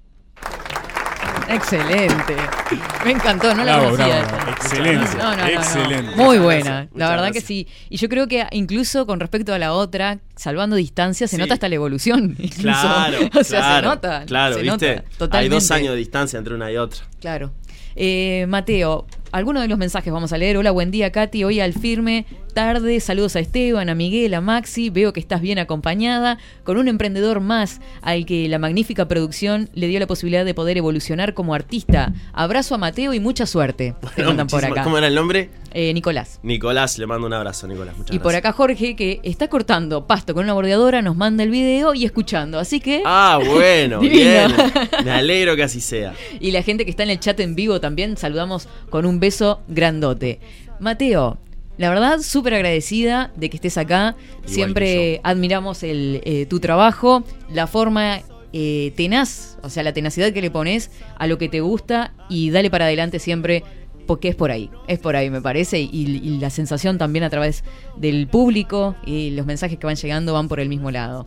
S3: Excelente. Me encantó, no la conocía.
S4: Excelente. Excelente.
S3: Muy buena, la verdad
S13: gracias.
S3: que sí. Y yo creo que incluso con respecto a la otra, salvando distancias, se nota hasta la evolución. Incluso.
S13: Claro,
S3: o sea,
S13: claro,
S3: se nota.
S13: claro,
S3: se
S13: ¿viste?
S3: nota, totalmente.
S13: Hay 2 años de distancia entre una y otra.
S3: Claro. Mateo, algunos de los mensajes vamos a leer. Hola, buen día, Katy. Hoy al firme, tarde. Saludos a Esteban, a Miguel, a Maxi. Veo que estás bien acompañada con un emprendedor más al que la magnífica producción le dio la posibilidad de poder evolucionar como artista. Abrazo a Mateo y mucha suerte. Te mandan por acá.
S13: ¿Cómo era el nombre?
S3: Nicolás.
S13: Nicolás, le mando un abrazo, Nicolás. Muchas
S3: Y por acá Jorge, que está cortando pasto con una bordeadora, nos manda el video y escuchando. Así que...
S13: Ah, bueno, bien. Me alegro que así sea.
S3: Y la gente que está en el chat en vivo también, saludamos con un beso grandote. Mateo, la verdad, súper agradecida de que estés acá.
S13: Igual
S3: siempre admiramos tu trabajo, la forma tenaz, o sea, la tenacidad que le pones a lo que te gusta y dale para adelante siempre, porque es por ahí me parece, y la sensación también a través del público y los mensajes que van llegando van por el mismo lado.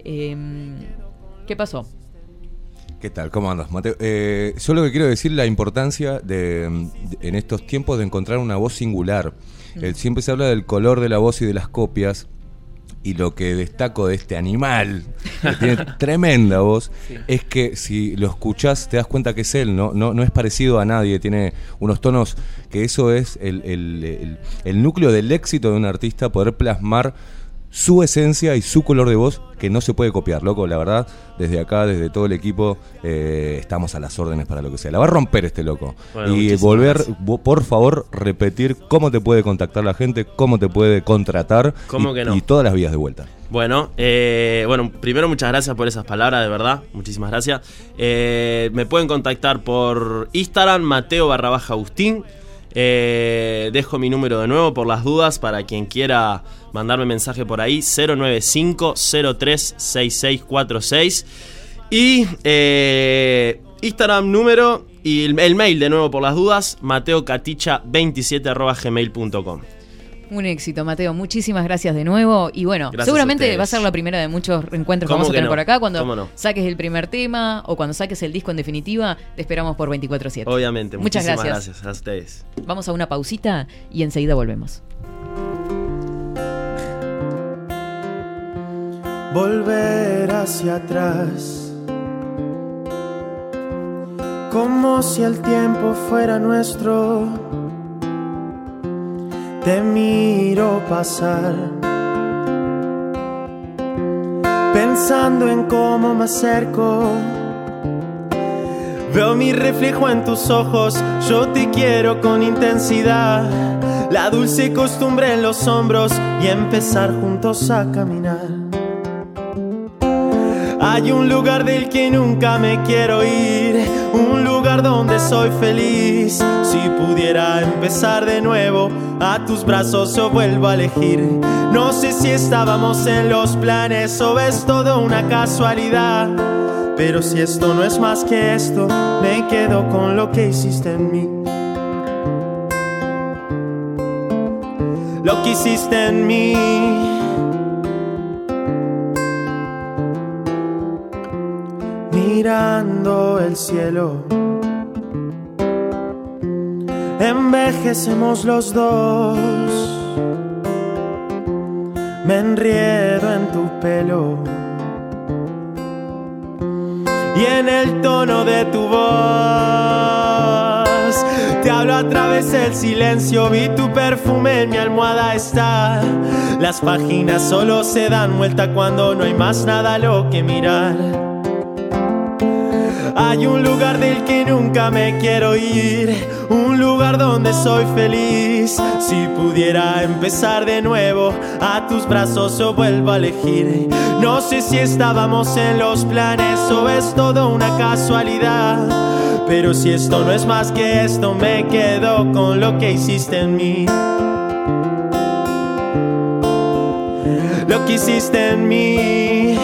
S3: ¿Qué pasó?
S14: ¿Qué tal? ¿Cómo andas, Mateo? Yo lo que quiero decir la importancia en estos tiempos de encontrar una voz singular. Siempre se habla del color de la voz y de las copias, y lo que destaco de este animal, que tiene tremenda voz, es que si lo escuchás te das cuenta que es él, no es parecido a nadie, tiene unos tonos que eso es el núcleo del éxito de un artista, poder plasmar su esencia y su color de voz, que no se puede copiar, loco, la verdad. Desde acá, desde todo el equipo, estamos a las órdenes para lo que sea. La va a romper este loco.
S13: Bueno,
S14: y volver, por favor, repetir cómo te puede contactar la gente, cómo te puede contratar.
S13: ¿Cómo que no?
S14: Y todas las vías de vuelta.
S13: Bueno, primero muchas gracias por esas palabras, de verdad. Muchísimas gracias. Me pueden contactar por Instagram, Mateo_Agustín. Dejo mi número de nuevo por las dudas para quien quiera mandarme mensaje por ahí, 095-036646. Y Instagram número y el mail de nuevo por las dudas, mateocaticha27@gmail.com.
S3: Un éxito, Mateo. Muchísimas gracias de nuevo. Y bueno,
S13: Gracias
S3: seguramente
S13: a
S3: va a ser la primera de muchos reencuentros que vamos a tener por acá. Cuando saques el primer tema o cuando saques el disco en definitiva, te esperamos por 24/7.
S13: Obviamente.
S3: Muchas
S13: Muchísimas
S3: gracias
S13: a ustedes.
S3: Vamos a una pausita y enseguida volvemos.
S15: Volver hacia atrás, como si el tiempo fuera nuestro. Te miro pasar, pensando en cómo me acerco. Veo mi reflejo en tus ojos, yo te quiero con intensidad. La dulce costumbre en los hombros y empezar juntos a caminar. Hay un lugar del que nunca me quiero ir, un lugar donde soy feliz. Si pudiera empezar de nuevo, a tus brazos yo vuelvo a elegir. No sé si estábamos en los planes o es todo una casualidad, pero si esto no es más que esto, me quedo con lo que hiciste en mí. Lo que hiciste en mí. Mirando el cielo, envejecemos los dos. Me enriedo en tu pelo y en el tono de tu voz. Te hablo a través del silencio, vi tu perfume en mi almohada está. Las páginas solo se dan vuelta cuando no hay más nada a lo que mirar. Hay un lugar del que nunca me quiero ir, un lugar donde soy feliz. Si pudiera empezar de nuevo, a tus brazos yo vuelvo a elegir. No sé si estábamos en los planes o es todo una casualidad, pero si esto no es más que esto, me quedo con lo que hiciste en mí. Lo que hiciste en mí.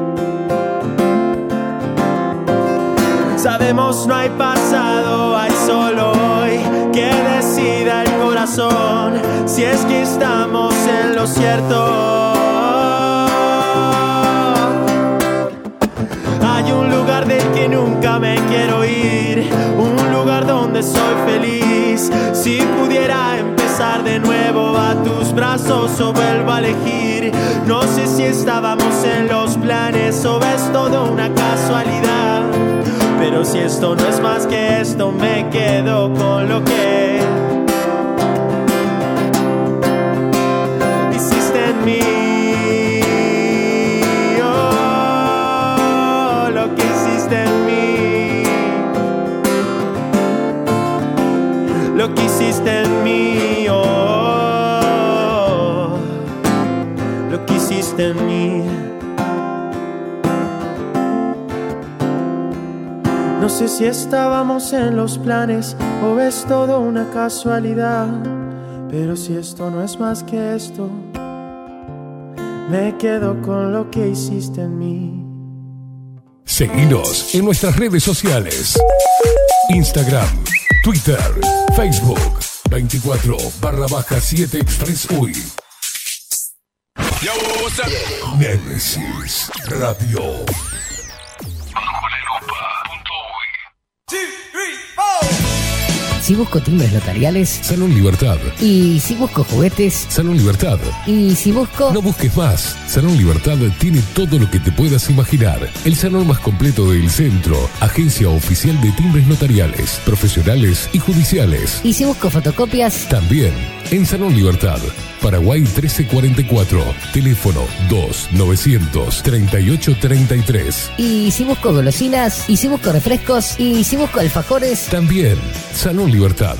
S15: Sabemos no hay pasado, hay solo hoy. Que decida el corazón si es que estamos en lo cierto. Hay un lugar del que nunca me quiero ir, un lugar donde soy feliz. Si pudiera empezar de nuevo, a tus brazos yo vuelvo a elegir. No sé si estábamos en los planes o es todo una casualidad, pero si esto no es más que esto, me quedo con lo que hiciste en mí. Oh, lo que hiciste en mí. Lo que hiciste en mí. Oh, lo que hiciste en mí. No sé si estábamos en los planes o es todo una casualidad, pero si esto no es más que esto, me quedo con lo que hiciste en mí.
S1: Seguinos en nuestras redes sociales: Instagram, Twitter, Facebook, 24/7 Express UI. Nemesis Radio.
S9: Si busco timbres notariales,
S1: Salón Libertad.
S9: y si busco juguetes,
S1: Salón Libertad.
S9: y si busco...
S1: No busques más. Salón Libertad tiene todo lo que te puedas imaginar. El salón más completo del centro. Agencia oficial de timbres notariales, profesionales y judiciales.
S9: Y si busco fotocopias,
S1: También en Salón Libertad. Paraguay 1344. Teléfono 2938-33.
S9: y si busco golosinas, y si busco refrescos, y si busco alfajores...
S1: También Salón Libertad.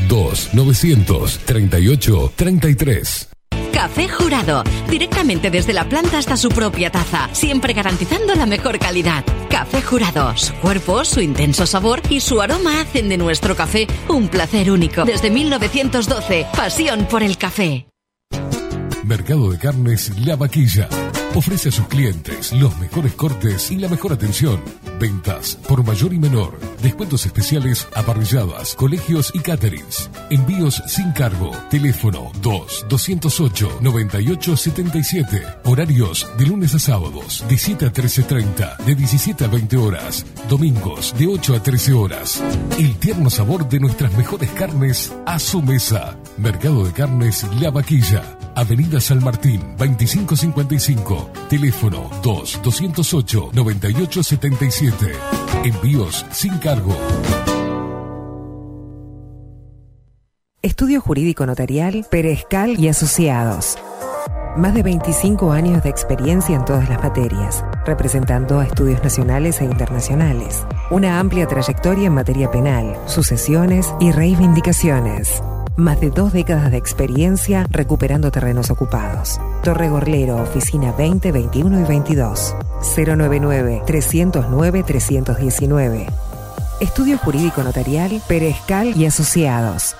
S1: 2938-33.
S10: Café Jurado, directamente desde la planta hasta su propia taza, siempre garantizando la mejor calidad. Café Jurado, su cuerpo, su intenso sabor y su aroma hacen de nuestro café un placer único. Desde 1912, pasión por el café.
S1: Mercado de Carnes La Vaquilla. Ofrece a sus clientes los mejores cortes y la mejor atención. Ventas por mayor y menor. Descuentos especiales a parrilladas, colegios y caterings. Envíos sin cargo. Teléfono 2-208-9877. Horarios de lunes a sábados de 7 a 13:30, de 17 a 20 horas. Domingos de 8 a 13 horas. El tierno sabor de nuestras mejores carnes a su mesa. Mercado de Carnes La Vaquilla. Avenida San Martín, 2555. Teléfono 2-208-9877. Envíos sin cargo.
S6: Estudio Jurídico Notarial, Perezcal y Asociados. Más de 25 años de experiencia en todas las materias, representando a estudios nacionales e internacionales. Una amplia trayectoria en materia penal, sucesiones y reivindicaciones. Más de 2 décadas de experiencia recuperando terrenos ocupados. Torre Gorlero, oficina 20, 21 y 22. 099-309-319. Estudio Jurídico Notarial, Perezcal y Asociados.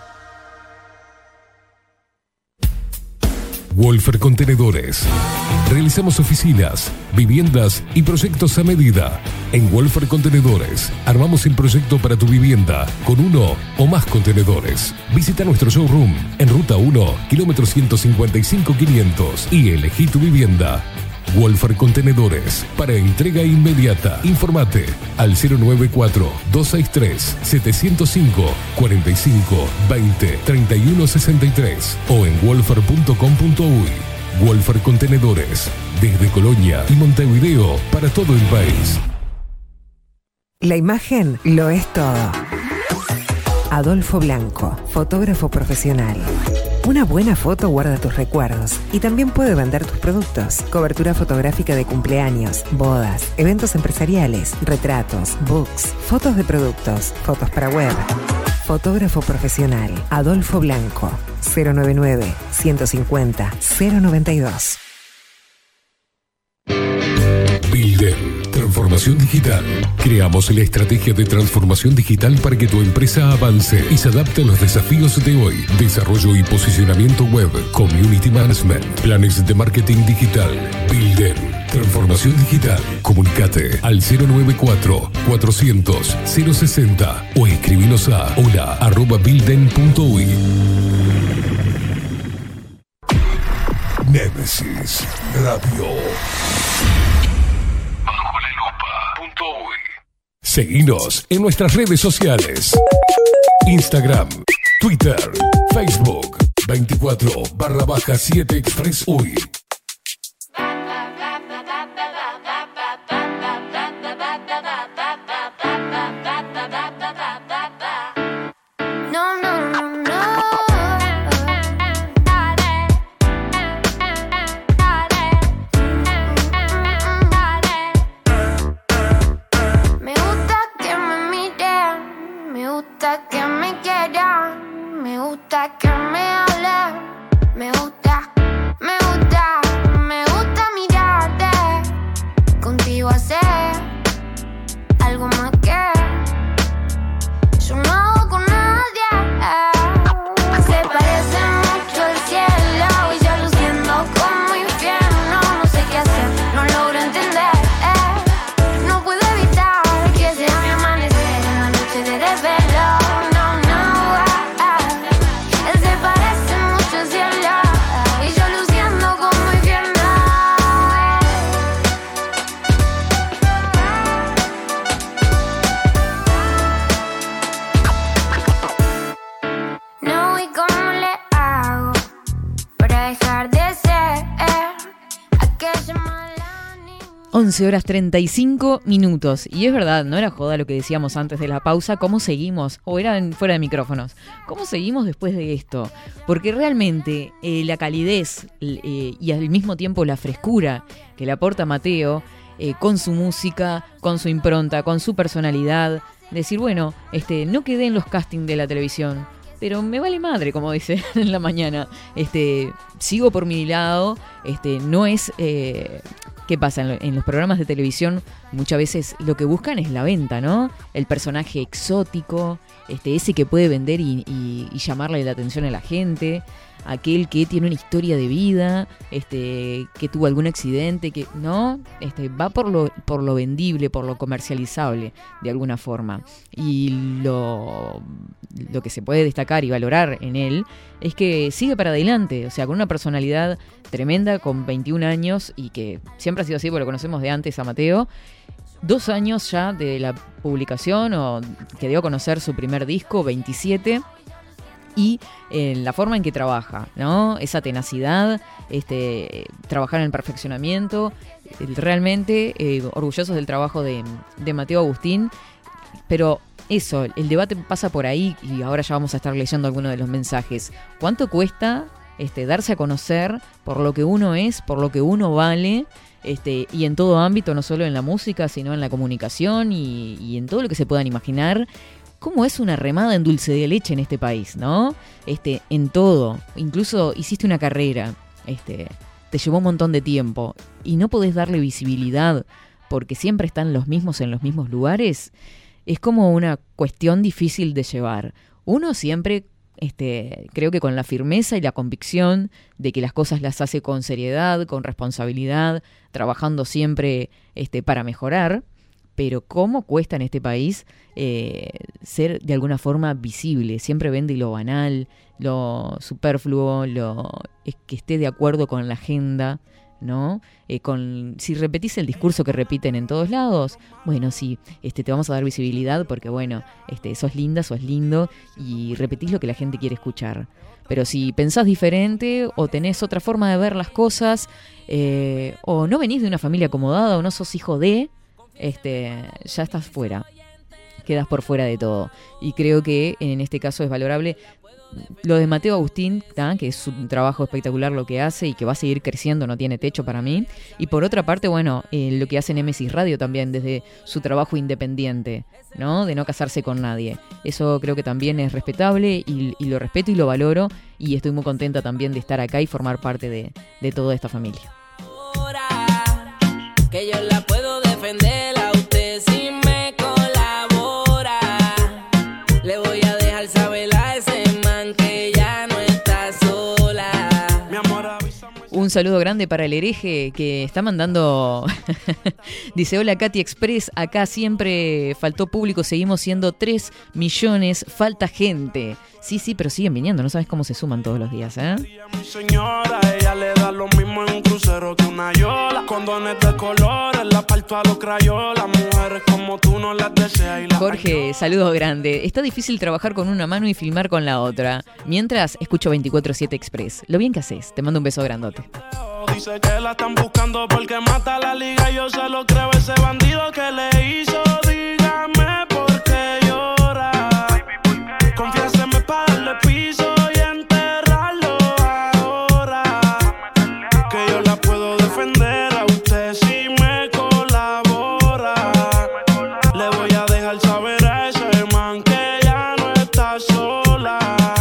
S1: Wolfer Contenedores. Realizamos oficinas, viviendas y proyectos a medida. En Wolfer Contenedores armamos el proyecto para tu vivienda con 1 o más contenedores. Visita nuestro showroom en Ruta 1, kilómetro 155-500 y elegí tu vivienda. Wolfer Contenedores, para entrega inmediata. Informate al 094-263-705-45-20-3163 o en wolfer.com.uy. Wolfer Contenedores, desde Colonia y Montevideo para todo el país.
S6: La imagen lo es todo. Adolfo Blanco, fotógrafo profesional. Una buena foto guarda tus recuerdos y también puede vender tus productos. Cobertura fotográfica de cumpleaños, bodas, eventos empresariales, retratos, books, fotos de productos, fotos para web. Fotógrafo profesional, Adolfo Blanco, 099-150-092.
S1: Builden, transformación digital. Creamos la estrategia de transformación digital para que tu empresa avance y se adapte a los desafíos de hoy. Desarrollo y posicionamiento web, community management, planes de marketing digital. Builden, transformación digital. Comunicate al 094-400-060 o escribinos a hola@builden.uy. Nemesis Radio. Seguinos en nuestras redes sociales. Instagram, Twitter, Facebook, 24/7 Express UI.
S11: Que me quieran, me gusta que me hablen, me gusta mirarte, contigo hacer algo más que yo no hago con nadie. Se parece mucho al cielo y yo luciendo como infierno, no sé qué hacer, no logro entender, no puedo evitar que sea mi amanecer en la noche de desvelo. No, ¿y cómo le hago para dejar de ser aquella mala?
S3: 11:35. Y es verdad, no era joda lo que decíamos antes de la pausa. ¿Cómo seguimos? O era fuera de micrófonos. ¿Cómo seguimos después de esto? Porque realmente la calidez y al mismo tiempo la frescura que le aporta Mateo con su música, con su impronta, con su personalidad. Decir, bueno, no quedé en los castings de la televisión, pero me vale madre, como dice en la mañana. Sigo por mi lado. No es... ¿Qué pasa? En los programas de televisión muchas veces lo que buscan es la venta, ¿no? El personaje exótico, ese que puede vender y llamarle la atención a la gente. aquel que tiene una historia de vida, que tuvo algún accidente, que no, va por lo vendible, por lo comercializable, de alguna forma. Y lo que se puede destacar y valorar en él es que sigue para adelante, o sea, con una personalidad tremenda, con 21 años, y que siempre ha sido así, porque lo conocemos de antes a Mateo. 2 años ya de la publicación, o que dio a conocer su primer disco, 27, y la forma en que trabaja, ¿no? Esa tenacidad, trabajar en el perfeccionamiento, realmente orgullosos del trabajo de Mateo Agustín, pero eso, el debate pasa por ahí, y ahora ya vamos a estar leyendo algunos de los mensajes. ¿Cuánto cuesta darse a conocer por lo que uno es, por lo que uno vale, y en todo ámbito, no solo en la música, sino en la comunicación y en todo lo que se puedan imaginar? ¿Cómo es una remada en dulce de leche en este país, no? En todo. Incluso hiciste una carrera, te llevó un montón de tiempo y no podés darle visibilidad porque siempre están los mismos en los mismos lugares. Es como una cuestión difícil de llevar. Uno siempre, creo que con la firmeza y la convicción de que las cosas las hace con seriedad, con responsabilidad, trabajando siempre para mejorar. Pero cómo cuesta en este país ser de alguna forma visible. Siempre vende lo banal, lo superfluo, que esté de acuerdo con la agenda, ¿no? Si repetís el discurso que repiten en todos lados, bueno, sí, te vamos a dar visibilidad porque, bueno, sos linda, sos lindo y repetís lo que la gente quiere escuchar. Pero si pensás diferente o tenés otra forma de ver las cosas, o no venís de una familia acomodada o no sos hijo de... ya estás fuera, quedas por fuera de todo. Y creo que en este caso es valorable lo de Mateo Agustín, que es un trabajo espectacular lo que hace y que va a seguir creciendo, no tiene techo para mí. Y por otra parte, bueno, lo que hace Némesis Radio también desde su trabajo independiente, ¿no? De no casarse con nadie. Eso creo que también es respetable y lo respeto y lo valoro, y estoy muy contenta también de estar acá y formar parte de toda esta familia.
S16: Que yo la puedo defender a usted si me colabora. Le voy a dejar saber a ese man que ya no está sola. Mi amor,
S3: un saludo grande para el hereje que está mandando. Dice: hola Katy Express, acá siempre faltó público, seguimos siendo 3 millones, falta gente. Sí, pero siguen viniendo, no sabes cómo se suman todos los días, ¿eh?
S17: Mi señora, ella le da lo mismo en un crucero que una yola. Condones de colores, la parto a los crayolas. Mujeres como tú no las deseas.
S3: Jorge, saludo grande. Está difícil trabajar con una mano y filmar con la otra. Mientras, escucho 24/7 Express. Lo bien que haces. Te mando un beso grandote.
S17: Dice que la están buscando porque mata la liga. Yo se lo creo, ese bandido que le hizo. Dígame por qué llora. Confiéseme para darle piso y enterrarlo ahora. Que yo la puedo defender a usted si me colabora. Le voy a dejar saber a ese man que ya no está sola.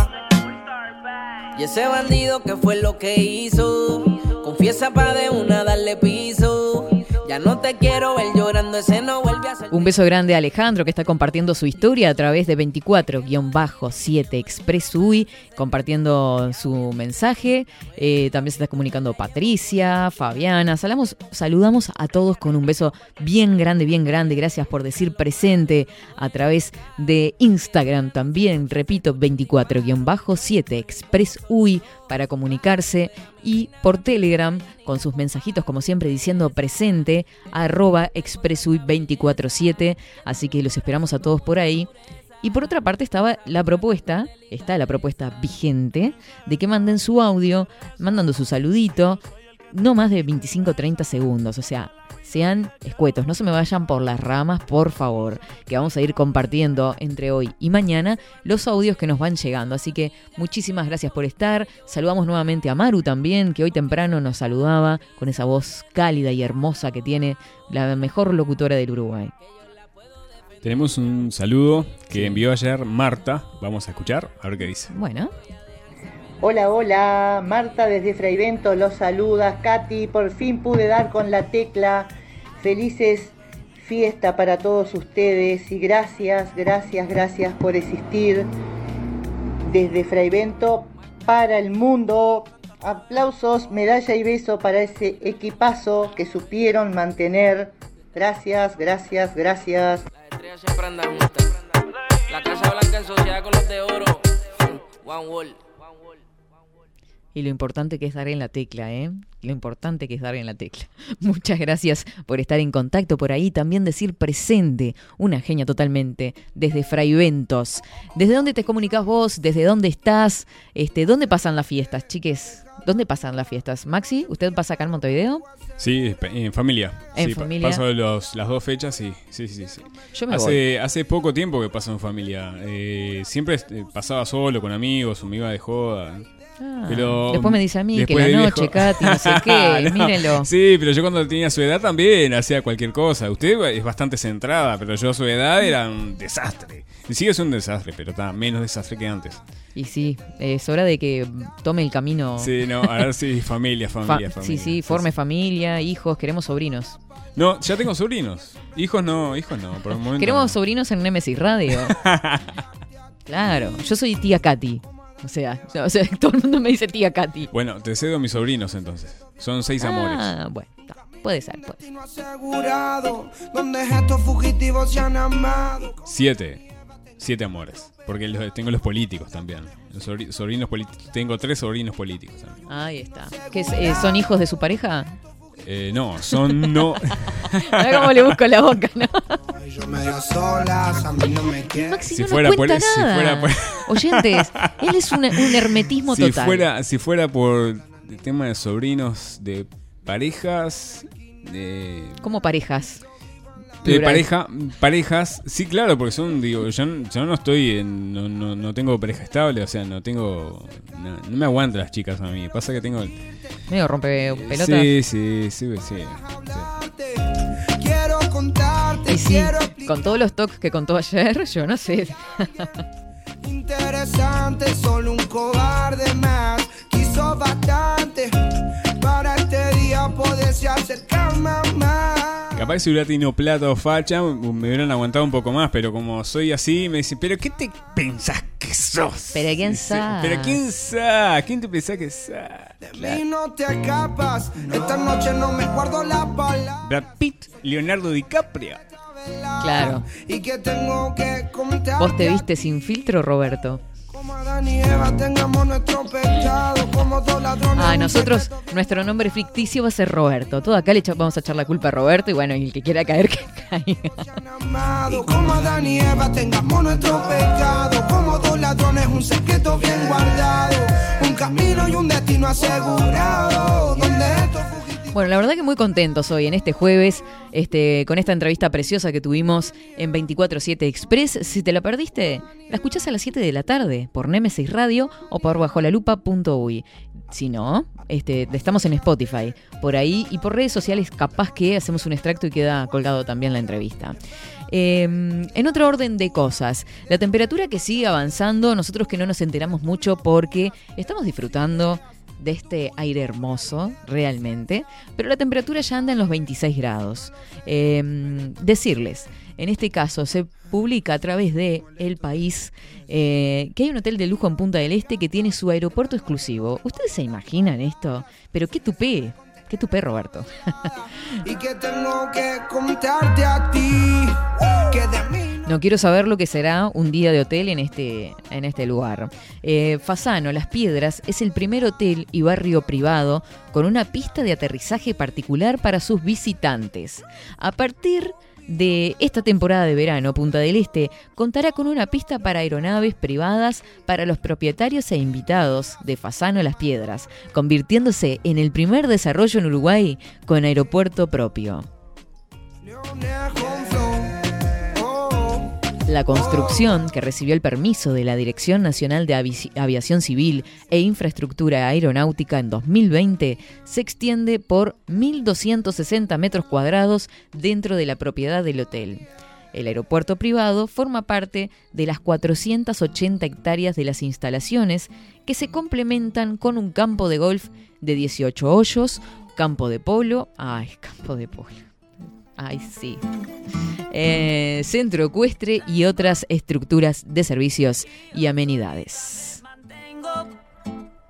S16: Y ese bandido que fue lo que hizo, confiesa pa' de una darle piso. Ya no te quiero ver llorando, ese no vuelve a ser.
S3: Un beso grande a Alejandro, que está compartiendo su historia a través de 24-7 Express UI, compartiendo su mensaje. También se está comunicando Patricia, Fabiana. Saludamos a todos con un beso bien grande, bien grande. Gracias por decir presente a través de Instagram también. Repito, 24-7 Express UI para comunicarse. Y por Telegram, con sus mensajitos, como siempre, diciendo presente, @expressui247. Así que los esperamos a todos por ahí. Y por otra parte está la propuesta vigente de que manden su audio, mandando su saludito, no más de 25-30 segundos. O sea, sean escuetos, no se me vayan por las ramas, por favor, que vamos a ir compartiendo entre hoy y mañana los audios que nos van llegando. Así que muchísimas gracias por estar. Saludamos nuevamente a Maru también, que hoy temprano nos saludaba con esa voz cálida y hermosa que tiene, la mejor locutora del Uruguay.
S4: Tenemos un saludo que envió ayer Marta. Vamos a escuchar, a ver qué dice.
S3: Bueno.
S18: Hola, Marta desde Freivento los saluda. Katy, por fin pude dar con la tecla. Felices fiestas para todos ustedes y gracias por existir. Desde Freivento para el mundo. Aplausos, medalla y beso para ese equipazo que supieron mantener. Gracias, gracias, gracias.
S16: Las estrellas siempre andan juntas. La Casa Blanca en sociedad con los de oro. One World.
S3: Y lo importante que es dar en la tecla, ¿eh? Lo importante que es dar en la tecla. Muchas gracias por estar en contacto por ahí. También decir presente, una genia totalmente, desde Fraiventos. ¿Desde dónde te comunicás vos? ¿Desde dónde estás? ¿Dónde pasan las fiestas, chiques? ¿Dónde pasan las fiestas? Maxi, ¿usted pasa acá en Montevideo?
S4: Sí, en familia.
S3: En
S4: sí,
S3: familia.
S4: Paso las 2 fechas, sí.
S3: Yo me voy.
S4: Hace poco tiempo que paso en familia. Siempre pasaba solo, con amigos, o me iba de joda. Pero
S3: después me dice a mí que
S4: después
S3: la
S4: de
S3: noche,
S4: viejo-
S3: Katy, no sé qué,
S4: No,
S3: mírenlo.
S4: Sí, pero yo cuando tenía su edad también hacía cualquier cosa. Usted es bastante centrada, pero yo a su edad era un desastre. Y sigue siendo un desastre, pero está menos desastre que antes.
S3: Y sí, es hora de que tome el camino.
S4: Sí, no, ahora sí, familia.
S3: Sí, forme familia, hijos, queremos sobrinos.
S4: No, ya tengo sobrinos. Hijos no, por el momento.
S3: Queremos
S4: no.
S3: sobrinos en Nemesis Radio. Claro, yo soy tía Katy. O sea, todo el mundo me dice tía Katy.
S4: Bueno, te cedo a mis sobrinos entonces. Son 6 amores.
S3: Bueno, puede ser.
S8: Asegurado, donde estos fugitivos se han amado.
S4: 7 amores. Porque tengo los políticos también. Los sobrinos políticos. Tengo 3 sobrinos políticos también.
S3: Ahí está. ¿Qué son hijos de su pareja?
S4: No, son no.
S3: Mira cómo le busco la boca, ¿no?
S8: Yo medio solas, a mí no me quieren.
S3: Maxi
S4: Si
S3: no
S4: fuera
S3: nos cuenta
S4: por- si
S3: nada.
S4: fuera por-
S3: Oyentes, él es un hermetismo total.
S4: Si fuera por el tema de sobrinos, de parejas,
S3: ¿Cómo parejas?
S4: de
S3: Plural.
S4: parejas, sí, claro, porque yo no estoy no tengo pareja estable, o sea, no me aguantan las chicas a mí. Pasa que tengo
S3: Medio rompe pelotas.
S4: Sí.
S8: Quiero contarte,
S3: Y sí, con todos los toques que contó ayer, yo no sé.
S8: interesante, solo un cobarde más. Quiso bastante para este día poderse acercar más.
S4: Capaz si hubiera tenido plata o facha, me hubieran aguantado un poco más, pero como soy así, me dicen, ¿pero qué te pensás que sos?
S3: ¿Pero quién sos?
S4: ¿Pero quién sos? ¿Quién te pensás que sos?
S8: Y no te escapas, esta noche no me guardo la palabra.
S4: Brad Pitt, Leonardo DiCaprio.
S3: Claro.
S8: Y que tengo que contar.
S3: ¿Vos te viste sin filtro, Roberto?
S8: Como Adán y Eva tengamos nuestro pecado, como dos ladrones.
S3: Ah, nosotros, nuestro nombre ficticio va a ser Roberto. Todo acá vamos a echar la culpa a Roberto y bueno, y el que quiera caer, que caiga.
S8: Amado, como Adán y Eva tengamos nuestro pecado, como dos ladrones, un secreto bien guardado, un camino y un destino asegurado, donde estos
S3: Bueno, la verdad que muy contentos hoy en este jueves con esta entrevista preciosa que tuvimos en 24/7 Express. Si te la perdiste, la escuchás a las 7 de la tarde por Nemesis Radio o por bajolalupa.uy. Si no, estamos en Spotify, por ahí y por redes sociales capaz que hacemos un extracto y queda colgado también la entrevista. En otro orden de cosas, la temperatura que sigue avanzando, nosotros que no nos enteramos mucho porque estamos disfrutando de este aire hermoso, realmente, pero la temperatura ya anda en los 26 grados. Decirles, en este caso se publica a través de El País que hay un hotel de lujo en Punta del Este que tiene su aeropuerto exclusivo. ¿Ustedes se imaginan esto? Pero qué tupé, Roberto.
S8: y que tengo que contarte a ti, que de mí
S3: No quiero saber lo que será un día de hotel en este lugar. Fasano, Las Piedras, es el primer hotel y barrio privado con una pista de aterrizaje particular para sus visitantes. A partir de esta temporada de verano, Punta del Este contará con una pista para aeronaves privadas para los propietarios e invitados de Fasano Las Piedras, convirtiéndose en el primer desarrollo en Uruguay con aeropuerto propio. La construcción, que recibió el permiso de la Dirección Nacional de Aviación Civil e Infraestructura Aeronáutica en 2020, se extiende por 1.260 metros cuadrados dentro de la propiedad del hotel. El aeropuerto privado forma parte de las 480 hectáreas de las instalaciones que se complementan con un campo de golf de 18 hoyos, campo de polo, sí. Centro ecuestre y otras estructuras de servicios y amenidades.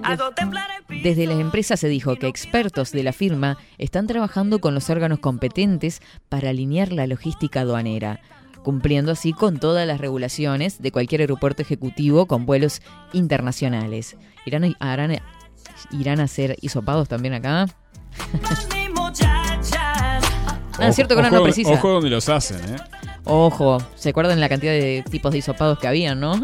S3: Desde la empresa se dijo que expertos de la firma están trabajando con los órganos competentes para alinear la logística aduanera, cumpliendo así con todas las regulaciones de cualquier aeropuerto ejecutivo con vuelos internacionales. ¿Irán a ser hisopados también acá? Es cierto que no precisa.
S4: Ojo donde los hacen, ¿eh?
S3: Ojo, ¿se acuerdan la cantidad de tipos de hisopados que habían, no?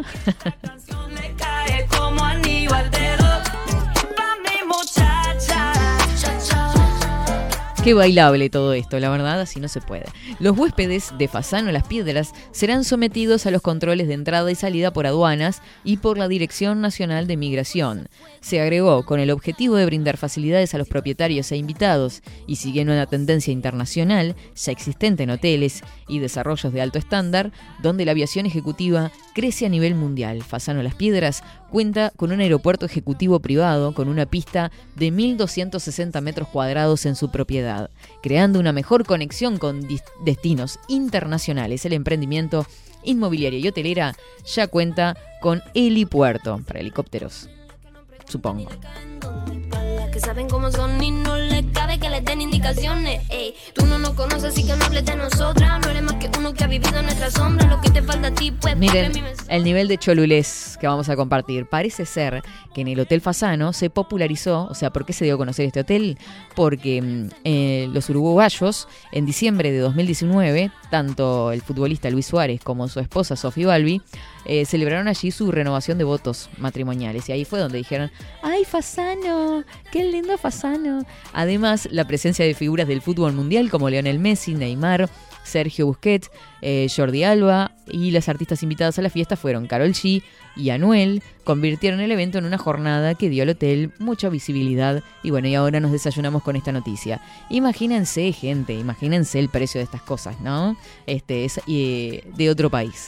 S3: Qué bailable todo esto, la verdad, así no se puede. Los huéspedes de Fasano Las Piedras serán sometidos a los controles de entrada y salida por aduanas y por la Dirección Nacional de Migración. Se agregó con el objetivo de brindar facilidades a los propietarios e invitados y siguiendo una tendencia internacional ya existente en hoteles y desarrollos de alto estándar, donde la aviación ejecutiva crece a nivel mundial. Fasano Las Piedras cuenta con un aeropuerto ejecutivo privado con una pista de 1.260 metros cuadrados en su propiedad, creando una mejor conexión con destinos internacionales. El emprendimiento inmobiliario y hotelera ya cuenta con helipuerto para helicópteros, supongo.
S11: Que saben cómo son y no les cabe que les den indicaciones. Ey, tú no nos conoces, así que no hables de nosotras. No eres más que uno que ha vivido en nuestra sombra. Lo que te falta a ti, pues.
S3: Miren, el nivel de cholulés que vamos a compartir. Parece ser que en el Hotel Fasano se popularizó. O sea, ¿por qué se dio a conocer este hotel? Porque los uruguayos, en diciembre de 2019, tanto el futbolista Luis Suárez como su esposa Sofi Balbi celebraron allí su renovación de votos matrimoniales. Y ahí fue donde dijeron: ¡ay, Fasano! ¡Qué lindo Fasano! Además, la presencia de figuras del fútbol mundial como Lionel Messi, Neymar, Sergio Busquets, Jordi Alba y las artistas invitadas a la fiesta fueron Karol G y Anuel. Convirtieron el evento en una jornada que dio al hotel mucha visibilidad. Y bueno, y ahora nos desayunamos con esta noticia. Imagínense, gente, imagínense el precio de estas cosas, ¿no? Es de otro país.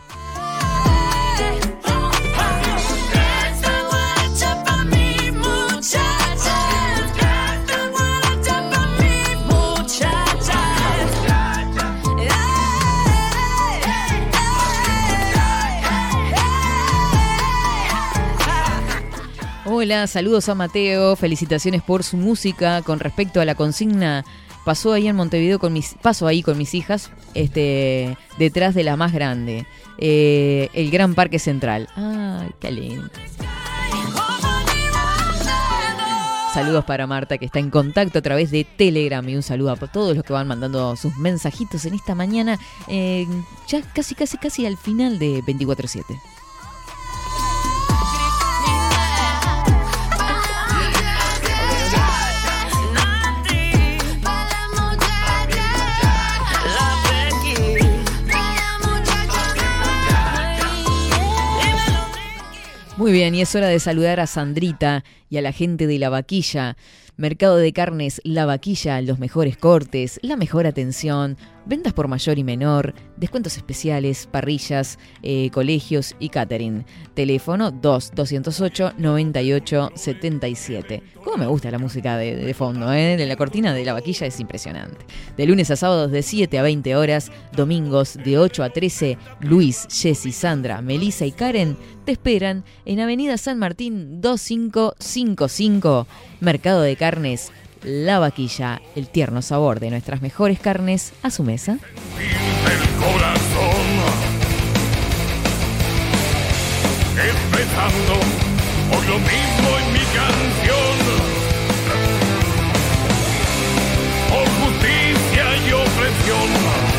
S3: Hola, saludos a Mateo, felicitaciones por su música. Con respecto a la consigna, paso ahí con mis hijas, detrás de la más grande, el Gran Parque Central. Ay, qué lindo. Saludos para Marta, que está en contacto a través de Telegram, y un saludo a todos los que van mandando sus mensajitos en esta mañana, ya casi al final de 24/7. Muy bien, y es hora de saludar a Sandrita y a la gente de La Vaquilla. Mercado de carnes La Vaquilla, los mejores cortes, la mejor atención, ventas por mayor y menor, descuentos especiales, parrillas, colegios y catering. Teléfono 2-208-9877. Cómo me gusta la música de fondo, de la cortina de La Vaquilla, es impresionante. De lunes a sábados de 7 a 20 horas, domingos de 8 a 13, Luis, Jessy, Sandra, Melissa y Karen te esperan en Avenida San Martín 2555, Mercado de Carnes La Vaquilla, el tierno sabor de nuestras mejores carnes a su mesa.
S19: Empezando por lo mismo en mi canción, por justicia y opresión.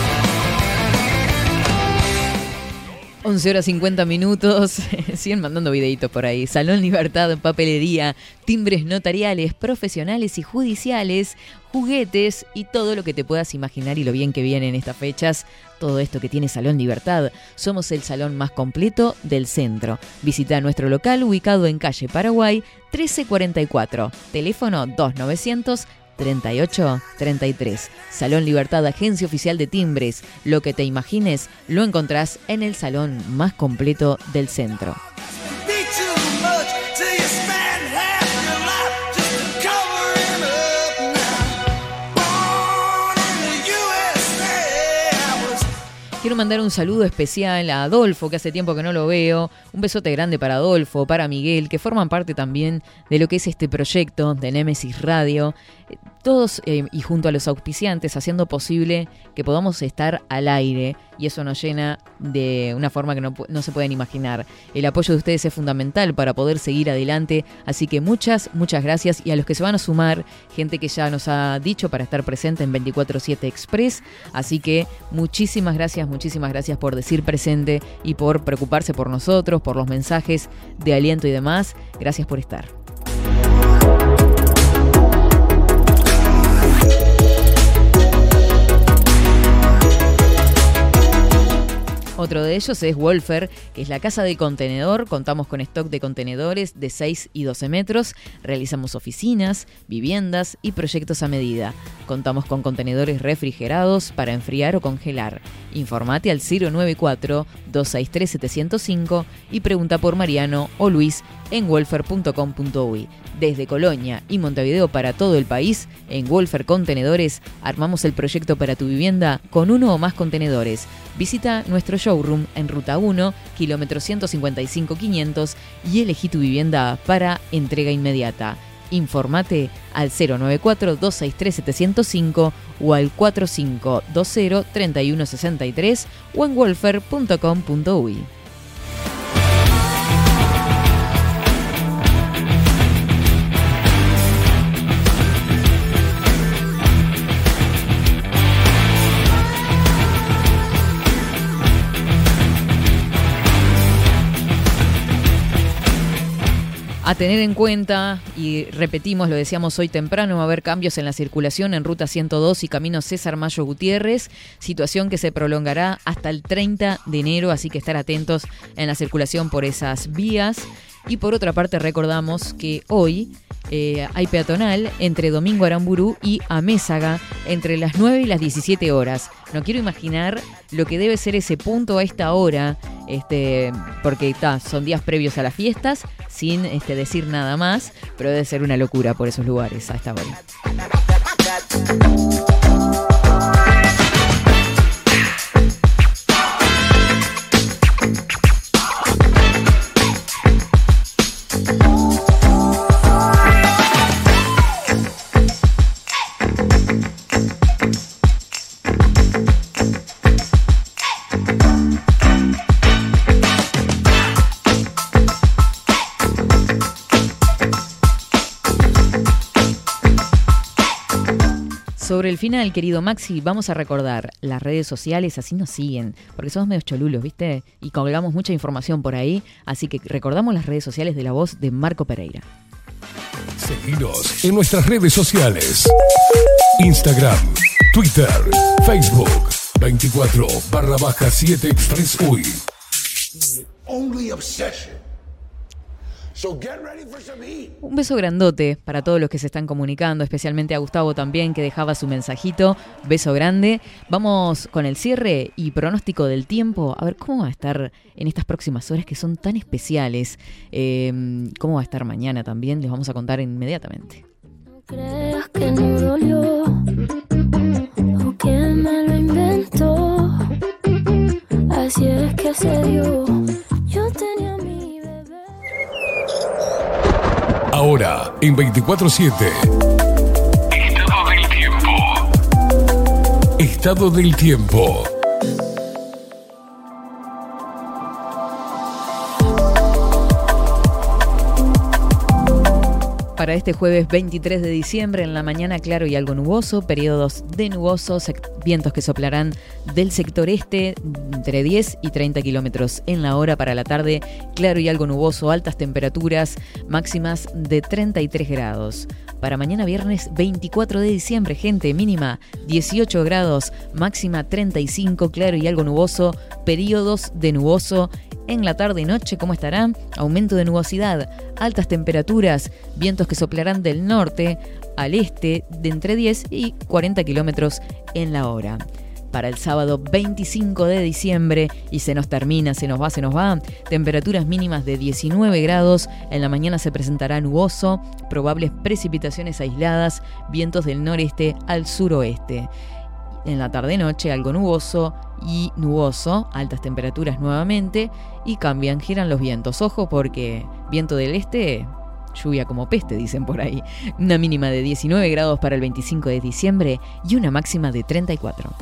S3: 11:50. Siguen mandando videitos por ahí. Salón Libertad, papelería, timbres notariales, profesionales y judiciales, juguetes y todo lo que te puedas imaginar, y lo bien que viene en estas fechas. Todo esto que tiene Salón Libertad. Somos el salón más completo del centro. Visita nuestro local ubicado en calle Paraguay 1344. Teléfono 2938-33. Salón Libertad, agencia oficial de timbres. Lo que te imagines lo encontrás en el salón más completo del centro. Quiero mandar un saludo especial a Adolfo, que hace tiempo que no lo veo. Un besote grande para Adolfo, para Miguel, que forman parte también de lo que es este proyecto de Némesis Radio. Todos y junto a los auspiciantes haciendo posible que podamos estar al aire, y eso nos llena de una forma que no se pueden imaginar. El apoyo de ustedes es fundamental para poder seguir adelante, así que muchas gracias, y a los que se van a sumar, gente que ya nos ha dicho para estar presente en 24/7 Express, así que muchísimas gracias por decir presente y por preocuparse por nosotros, por los mensajes de aliento y demás. Gracias por estar. Otro de ellos es Wolfer, que es la casa de contenedor. Contamos con stock de contenedores de 6 y 12 metros. Realizamos oficinas, viviendas y proyectos a medida. Contamos con contenedores refrigerados para enfriar o congelar. Informate al 094-263-705 y pregunta por Mariano o Luis en wolfer.com.uy. Desde Colonia y Montevideo para todo el país, en Wolfer Contenedores armamos el proyecto para tu vivienda con uno o más contenedores. Visita nuestro showroom en Ruta 1, kilómetro 155-500 y elegí tu vivienda para entrega inmediata. Informate al 094-263-705 o al 4520-3163 o en wolfer.com.uy. A tener en cuenta, y repetimos, lo decíamos hoy temprano, va a haber cambios en la circulación en Ruta 102 y Camino César Mayo Gutiérrez, situación que se prolongará hasta el 30 de enero, así que estar atentos en la circulación por esas vías. Y por otra parte recordamos que hoy hay peatonal entre Domingo Aramburu y Amézaga entre las 9 y las 17 horas. No quiero imaginar lo que debe ser ese punto a esta hora, porque son días previos a las fiestas, sin decir nada más, pero debe ser una locura por esos lugares a esta hora. Sobre el final, querido Maxi, vamos a recordar las redes sociales, así nos siguen, porque somos medios cholulos, ¿viste? Y colgamos mucha información por ahí, así que recordamos las redes sociales de La Voz de Marco Pereira.
S1: Seguinos en nuestras redes sociales: Instagram, Twitter, Facebook, 24/7 Express UI.
S19: Only obsession. So get ready for some heat.
S3: Un beso grandote para todos los que se están comunicando, especialmente a Gustavo también, que dejaba su mensajito. Beso grande. Vamos con el cierre y pronóstico del tiempo. A ver cómo va a estar en estas próximas horas que son tan especiales. Cómo va a estar mañana también, les vamos a contar inmediatamente.
S11: No creas que no dolió o que me lo inventó. Así es que se dio. Yo tenía mi...
S1: Ahora, en 24/7. Estado del tiempo. Estado del tiempo.
S3: Para este jueves 23 de diciembre, en la mañana claro y algo nuboso, periodos de nubosos, vientos que soplarán del sector este entre 10 y 30 kilómetros en la hora. Para la tarde, claro y algo nuboso, altas temperaturas, máximas de 33 grados. Para mañana viernes 24 de diciembre, gente, mínima 18 grados, máxima 35, claro y algo nuboso, periodos de nuboso. En la tarde y noche, ¿cómo estará? Aumento de nubosidad, altas temperaturas, vientos que soplarán del norte al este de entre 10 y 40 kilómetros en la hora. Para el sábado 25 de diciembre, y se nos va, temperaturas mínimas de 19 grados, en la mañana se presentará nuboso, probables precipitaciones aisladas, vientos del noreste al suroeste. En la tarde-noche algo nuboso y nuboso, altas temperaturas nuevamente y giran los vientos. Ojo porque viento del este, lluvia como peste, dicen por ahí. Una mínima de 19 grados para el 25 de diciembre y una máxima de 34.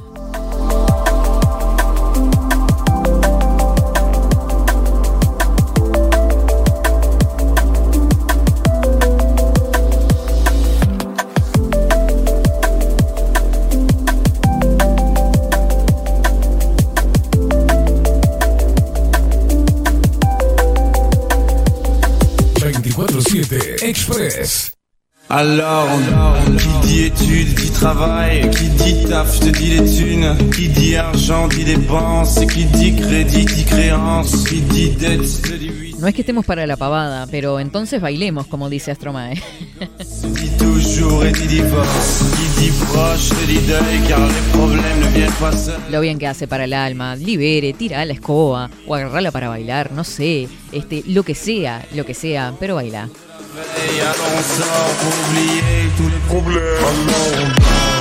S1: Express.
S2: Alors, qui dit études, dit travail, qui dit taf, je te dis les thunes, qui dit argent, dit dépenses, qui dit crédit, dit créance, qui dit dette, je te dis oui.
S3: No es que estemos para la pavada, pero entonces bailemos, como dice Astromae.
S2: Dit toujours et dit divorce, qui dit proche, te dit deuil, car les problèmes ne viennent pas seuls.
S3: Lo bien que hace para el alma, libere, tira la escoba o agarrala para bailar, no sé, lo que sea, pero baila.
S2: Et alors on sort pour oublier tous les problèmes.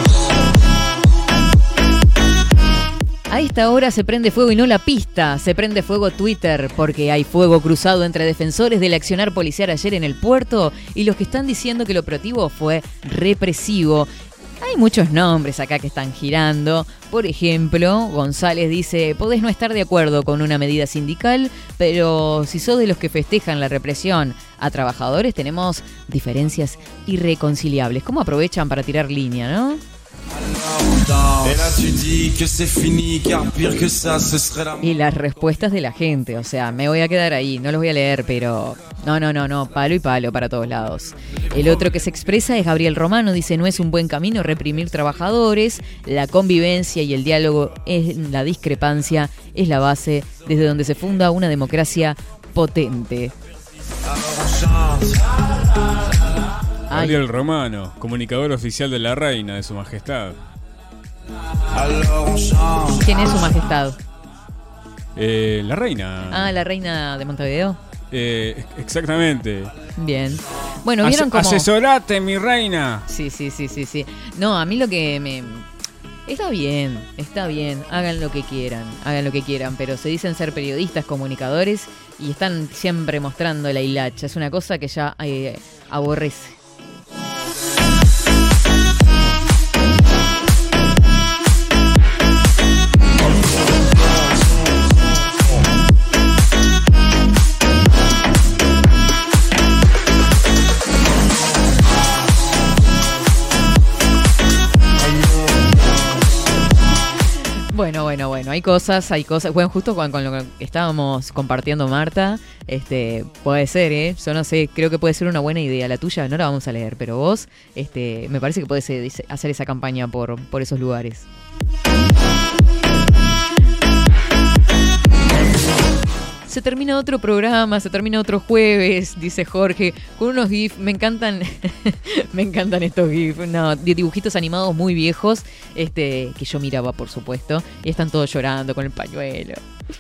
S3: A esta hora se prende fuego y no la pista, se prende fuego Twitter porque hay fuego cruzado entre defensores del accionar policial ayer en el puerto y los que están diciendo que el operativo fue represivo. Hay muchos nombres acá que están girando. Por ejemplo, González dice, podés no estar de acuerdo con una medida sindical, pero si sos de los que festejan la represión a trabajadores, tenemos diferencias irreconciliables. ¿Cómo aprovechan para tirar línea, no? Y las respuestas de la gente, o sea, me voy a quedar ahí, no los voy a leer, pero no, palo y palo para todos lados. El otro que se expresa es Gabriel Romano, dice, no es un buen camino reprimir trabajadores, la convivencia y el diálogo en la discrepancia es la base desde donde se funda una democracia potente.
S4: Gabriel Romano, comunicador oficial de la reina de su majestad.
S3: ¿Quién es su majestad?
S4: La reina.
S3: Ah, la reina de Montevideo.
S4: Exactamente.
S3: Bien. Bueno, ¿vieron cómo?
S4: Asesorate, mi reina.
S3: Sí. No, a mí lo que me... Está bien, hagan lo que quieran, pero se dicen ser periodistas, comunicadores y están siempre mostrando la hilacha. Es una cosa que ya aborrece. Bueno, hay cosas. Bueno, justo con lo que estábamos compartiendo, Marta, puede ser, yo no sé, creo que puede ser una buena idea. La tuya no la vamos a leer, pero vos, me parece que puedes hacer esa campaña por esos lugares. Se termina otro programa, se termina otro jueves, dice Jorge, con unos GIFs, me encantan estos GIFs, de dibujitos animados muy viejos, que yo miraba, por supuesto, y están todos llorando con el pañuelo.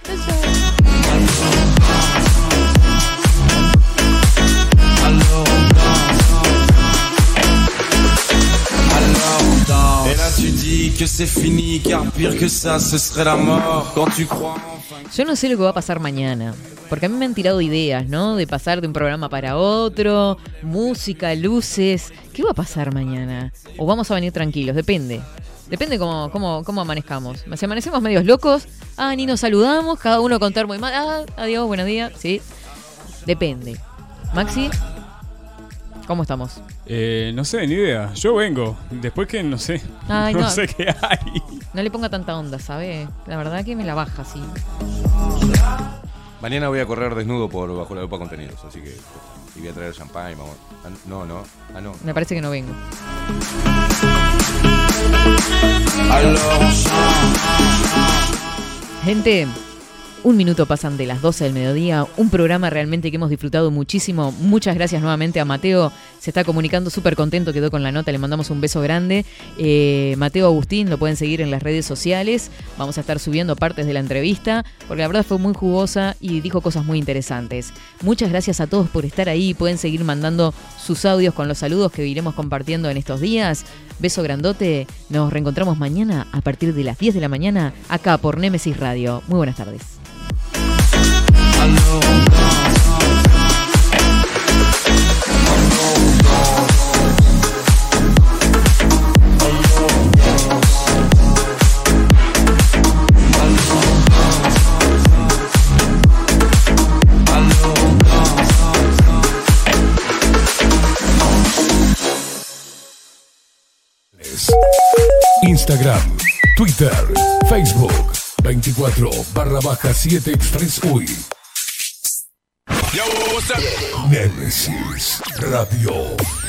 S2: Et là tu dis que c'est fini, car pire que ça, ce serait la mort. Quand tu crois.
S3: Yo no sé lo que va a pasar mañana, porque a mí me han tirado ideas, ¿no? De pasar de un programa para otro, música, luces. ¿Qué va a pasar mañana? ¿O vamos a venir tranquilos? Depende cómo amanezcamos. Si amanecemos medios locos, ni nos saludamos, cada uno contar muy mal, adiós, buenos días, sí. Depende. Maxi, ¿cómo estamos?
S4: No sé, ni idea. Yo vengo. Después que no sé.
S3: Ay,
S4: no sé qué hay.
S3: No le ponga tanta onda, ¿sabe? La verdad que me la baja, sí.
S14: Mañana voy a correr desnudo por Bajo la Lupa Contenidos, así que... Y voy a traer champán y vamos... No.
S3: Me parece que no vengo. Gente, Un minuto pasan de las 12 del mediodía. Un programa realmente que hemos disfrutado muchísimo. Muchas gracias nuevamente a Mateo. Se está comunicando súper contento, quedó con la nota. Le mandamos un beso grande. Mateo Agustín, lo pueden seguir en las redes sociales. Vamos a estar subiendo partes de la entrevista, porque la verdad fue muy jugosa y dijo cosas muy interesantes. Muchas gracias a todos por estar ahí. Pueden seguir mandando sus audios con los saludos que iremos compartiendo en estos días. Beso grandote. Nos reencontramos mañana a partir de las 10 de la mañana acá por Némesis Radio. Muy buenas tardes.
S1: Instagram, Twitter, Facebook, 24/7 Express.uy. Némesis Radio.